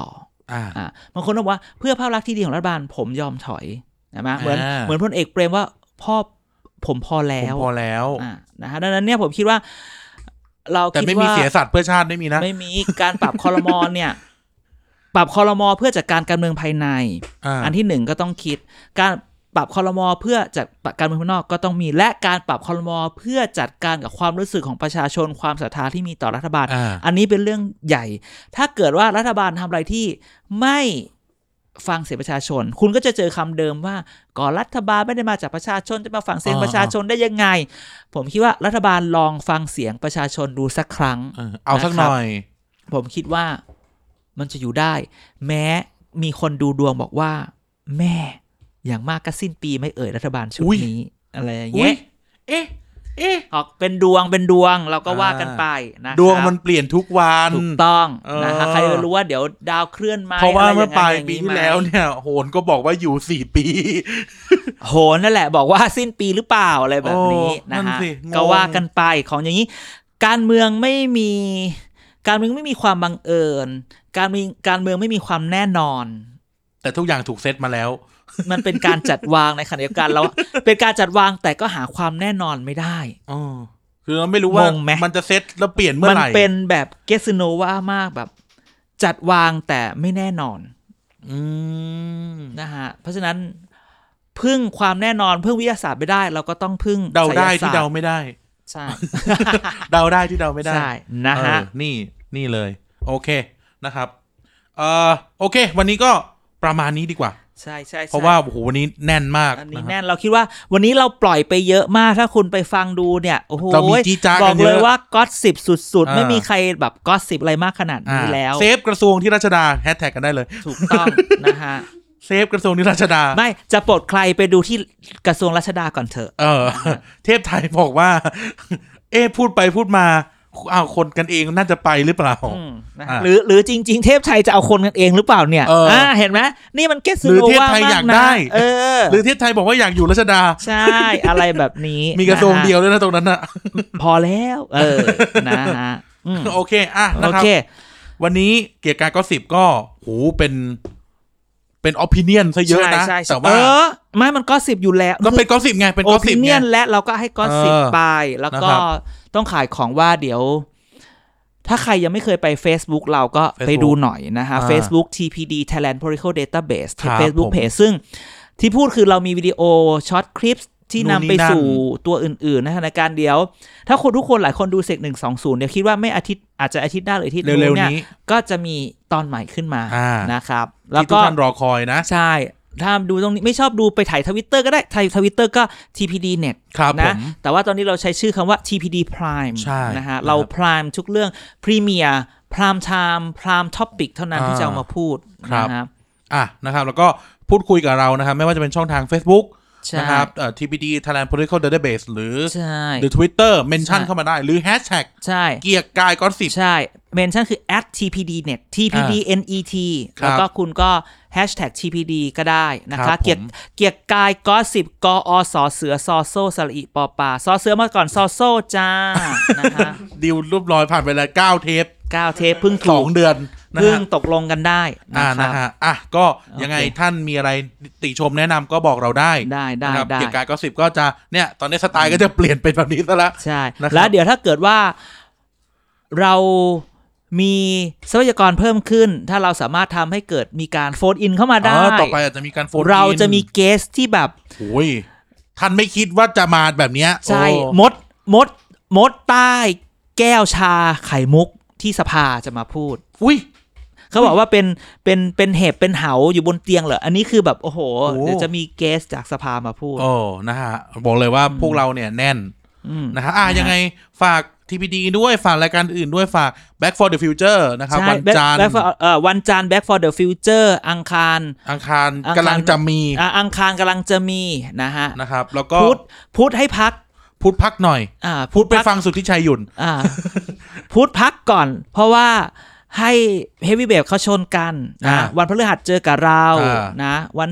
อ่าอ่าบางคนบอกว่าเพื่อภาพลักษณ์ที่ดีของรัฐบาลผมยอมถอยนะมั้ยเหมือนเหมือนพลเอกเปรมว่าพ่อผมพอแล้วผมพอแล้วอ่านะฮะดังนั้นเนี่ยผมคิดว่าเราคิดว่าแต่ไม่มีเสียสัตว์เพื่อชาติไม่มีนะไม่มีการปรับครม.เนี่ยปรับครม.เพื่อจัดการการเมืองภายใน อ, อันที่หนึ่งก็ต้องคิดการปรับครม.เพื่อจัดการเมืองภายนอกก็ต้องมีและการปรับครม.เพื่อจัดการกับความรู้สึกของประชาชนความศรัทธาที่มีต่อรัฐบาลอ, อันนี้เป็นเรื่องใหญ่ถ้าเกิดว่ารัฐบาลทำอะไรที่ไม่ฟังเสียงประชาชนคุณก็จะเจอคำเดิมว่าก่อนรัฐบาลไม่ได้มาจากประชาชนจะมาฟังเสียงประชาชนได้ยังไงผมคิดว่ารัฐบาลลองฟังเสียงประชาชนดูสักครั้งเอาสักหน่อยผมคิดว่ามันจะอยู่ได้แม้มีคนดูดวงบอกว่าแม่อย่างมากก็สิ้นปีไม่เอ่ยรัฐบาลชุดนี้อะไรอย่างเงี้ยเอ๊ะเอ๊ะออกเป็นดวงเป็นดวงเราก็ว่ากันไปนะดวงมันเปลี่ยนทุกวันถูกต้องนะฮะใครรู้ว่าเดี๋ยวดาวเคลื่อนมาเพราะว่าเมื่อปลายปีที่แล้วเนี่ยโหนก็บอกว่าอยู่สี่ปีโหนนั่นแหละบอกว่าสิ้นปีหรือเปล่าอะไรแบบนี้นะฮะก็ว่ากันไปของอย่างนี้การเมืองไม่มีการเมืองไม่มีความบังเอิญการมีการเมืองไม่มีความแน่นอนแต่ทุกอย่างถูกเซตมาแล้วมันเป็นการจัดวางในขณะเดียวกันแล้วเป็นการจัดวางแต่ก็หาความแน่นอนไม่ได้อ๋อคือเราไม่รู้ว่ามันจะเซตแล้วเปลี่ยนเมื่อไหร่มันเป็นแบบเกสโนวามากแบบจัดวางแต่ไม่แน่นอนอืมนะฮะเพราะฉะนั้นพึ่งความแน่นอนพึ่งวิทยาศาสตร์ไม่ได้เราก็ต้องพึ่งเดาได้ที่เดาไม่ได้ใช่เดาได้ที่เดาไม่ได้ใช่นะฮะนี่นี่เลยโอเคนะครับเอ่อโอเควันนี้ก็ประมาณนี้ดีกว่าใช่ใช่เพราะว่าโอ้โหวันนี้แน่นมากอันนี้แน่นเราคิดว่าวันนี้เราปล่อยไปเยอะมากถ้าคุณไปฟังดูเนี่ยโอ้โหบอกเลยว่าก็อตสิบสุดๆไม่มีใครแบบก็อตสิบอะไรมากขนาดนี้แล้วเซฟกระทรวงที่ราชดาแฮชแท็กกันได้เลยถูกต้องนะฮะเซฟกระทรวงที่ราชดาไม่จะปลดใครไปดูที่กระทรวงราชดาก่อนเถอะเออเทพไทยบอกว่าเอ๊ะพูดไปพูดมาเอาคนกันเองน่าจะไปหรือเปล่าหรือหรือจริงๆเทพไทยจะเอาคนกันเองหรือเปล่าเนี่ยอ่าเห็นไหมนี่มันเกสโนว่าหรือเทพไทยอยากได้เออหรือเทพไทยบอกว่าอยากอยู่รัชดาใช่อะไรแบบนี้มีกระทรวงเดียวด้วยนะตรงนั้นน่ะพอแล้วเออนะฮะโอเคอ่ะนะครับวันนี้เกียรติกายก็สิบก็โหเป็นเป็น opinion ซะเยอะนะแต่ว่าเออไม่มันก็สิบอยู่แล้วก็เป็นก็สิบไงเป็นก็สิบ opinion และเราก็ให้ก็สิบไปแล้วก็ต้องขายของว่าเดี๋ยวถ้าใครยังไม่เคยไป Facebook เราก็ไปดูหน่อยนะฮะ Facebook ที พี ดี Thailand Political Database ที่ Facebook Page ซึ่งที่พูดคือเรามีวิดีโอช็อตคลิปที่นำไปสู่ตัวอื่นๆนะฮะในการเดียวถ้าคนทุกคนหลายคนดูเซกหนึ่งสองศูนย์เดี๋ยวคิดว่าไม่อาทิตย์อาจจะอาทิตย์หน้าหรืออาทิตย์นู้นเนี่ยก็จะมีตอนใหม่ขึ้นมานะครับแล้วก็ทุกท่านรอคอยนะใช่ถ้าดูตรงนี้ไม่ชอบดูไปถ่าย Twitter ก็ได้ถ่าย Twitter ก็ ที พี ดี Net นะแต่ว่าตอนนี้เราใช้ชื่อคำว่า ที พี ดี Prime นะฮะเรา Prime ทุกเรื่อง Premier Prime Time Prime Topic เท่านั้นที่จะเอามาพูดนะครับอ่ะนะครับแล้วก็พูดคุยกับเรานะครับไม่ว่าจะเป็นช่องทาง Facebook นะครับเอ่อ ที พี ดี Thailand Political Database หรือหรือ Twitter เมนชั่นเข้ามาได้หรือ Hashtag ใช่เกียร์กายก็สิบใช่เมนชั่นคือ แอท ที พี ดี เน็ต ที พี ดี เอ็น อี ที แล้วก็คุณก็ Hashtag ที พี ดี ก็ได้นะคะเกียร์เกียร์กายก็สิบกอสอเสือซอโซสระอิปอปาซอเสือมาก่อนซอโซจ้านะคะดิวรูปร้อยผ่านไปแล้วเก้าเทปเก้าเทปเพิ่งสองเดือนเพิ่งตกลงกันได้นะฮะอ่ะก็ยังไงท่านมีอะไรติชมแนะนำก็บอกเราได้ได้ได้เกียร์กายก็สิบก็จะเนี่ยตอนนี้สไตล์ก็จะเปลี่ยนเป็นแบบนี้ซะแล้วใช่แล้วเดี๋ยวถ้าเกิดว่าเรามีทรัพยากรเพิ่มขึ้นถ้าเราสามารถทำให้เกิดมีการโฟนอินเข้ามาได้ต่อไปอาจจะมีการโฟนอินเราจะมีเกสที่แบบโอ้ยท่านไม่คิดว่าจะมาแบบเนี้ยใช่มดมดมดใต้แก้วชาไข่มุกที่สภาจะมาพูดอุ้ยเขาบอกว่าเป็นเป็นเป็นเห็บเป็นเหาอยู่บนเตียงเหรออันนี้คือแบบโอ้โหเดี๋ยวจะมีเกสจากสภามาพูดโอ้นะฮะบอกเลยว่าพวกเราเนี่ยแน่นนะฮะอ่ะยังไงฝาก ที พี ดี ด้วยฝากรายการอื่นด้วยฝาก Back for the Future นะครับวันจันทร์เอ่อวันจันทร์ Back for the Future อังคารอังคารกำลังจะมีอ่ะอังคารกำลังจะมีนะฮะนะครับแล้วก็พุธพุธให้พักพุธพักหน่อยอ่าพุธไปฟังสุทธิชัยหยุ่นอ่าพุธพักก่อนเพราะว่าให้เฮฟวี่เบฟเขาชนกันนะวันพฤหัสเจอกับเรานะวันศุกร์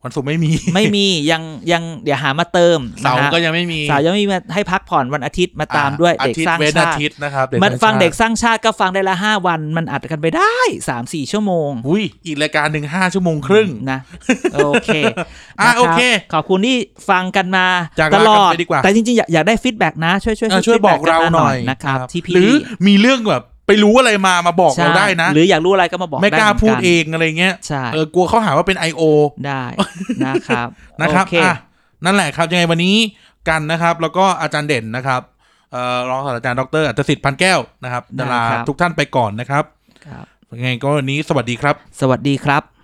วันศุกร์ไม่มีไม่มียังยังเดี๋ยวหามาเติมเสาร์ก็ยังไม่มีเสาร์ยังไม่มีมาให้พักผ่อนวันอาทิตย์มาตามด้วยเด็กสร้างชาติอาทิตย์นะครับมันฟังเด็กสร้างชาติก็ฟังได้ละห้าวันมันอัดกันไปได้ สามสี่ ชั่วโมงอุ้ยอีกรายการหนึ่งห้าชั่วโมงครึ่งนะโอเคอ่ะโอเคขอบคุณที่ฟังกันมาตลอดแต่จริงๆอยากได้ฟีดแบ็กนะช่วยช่วยช่วยบอกเราหน่อยนะครับที่พี่หรือมีเรื่องแบบไปรู้อะไรมามาบอกเราได้นะหรืออยากรู้อะไรก็มาบอกได้ไม่กล้าพูดเองอะไรเงี้ยเออกลัวเขาหาว่าเป็น ไอ โอได้นะครับนะครับอ่ะนั่นแหละครับยังไงวันนี้กันนะครับแล้วก็อาจารย์เด่นนะครับเอ่อรองศาสตราจารย์ดรอัตสิทธิ์พันแก้วนะครับดาราทุกท่านไปก่อนนะครับยังไงก็วันนี้สวัสดีครับสวัสดีครับ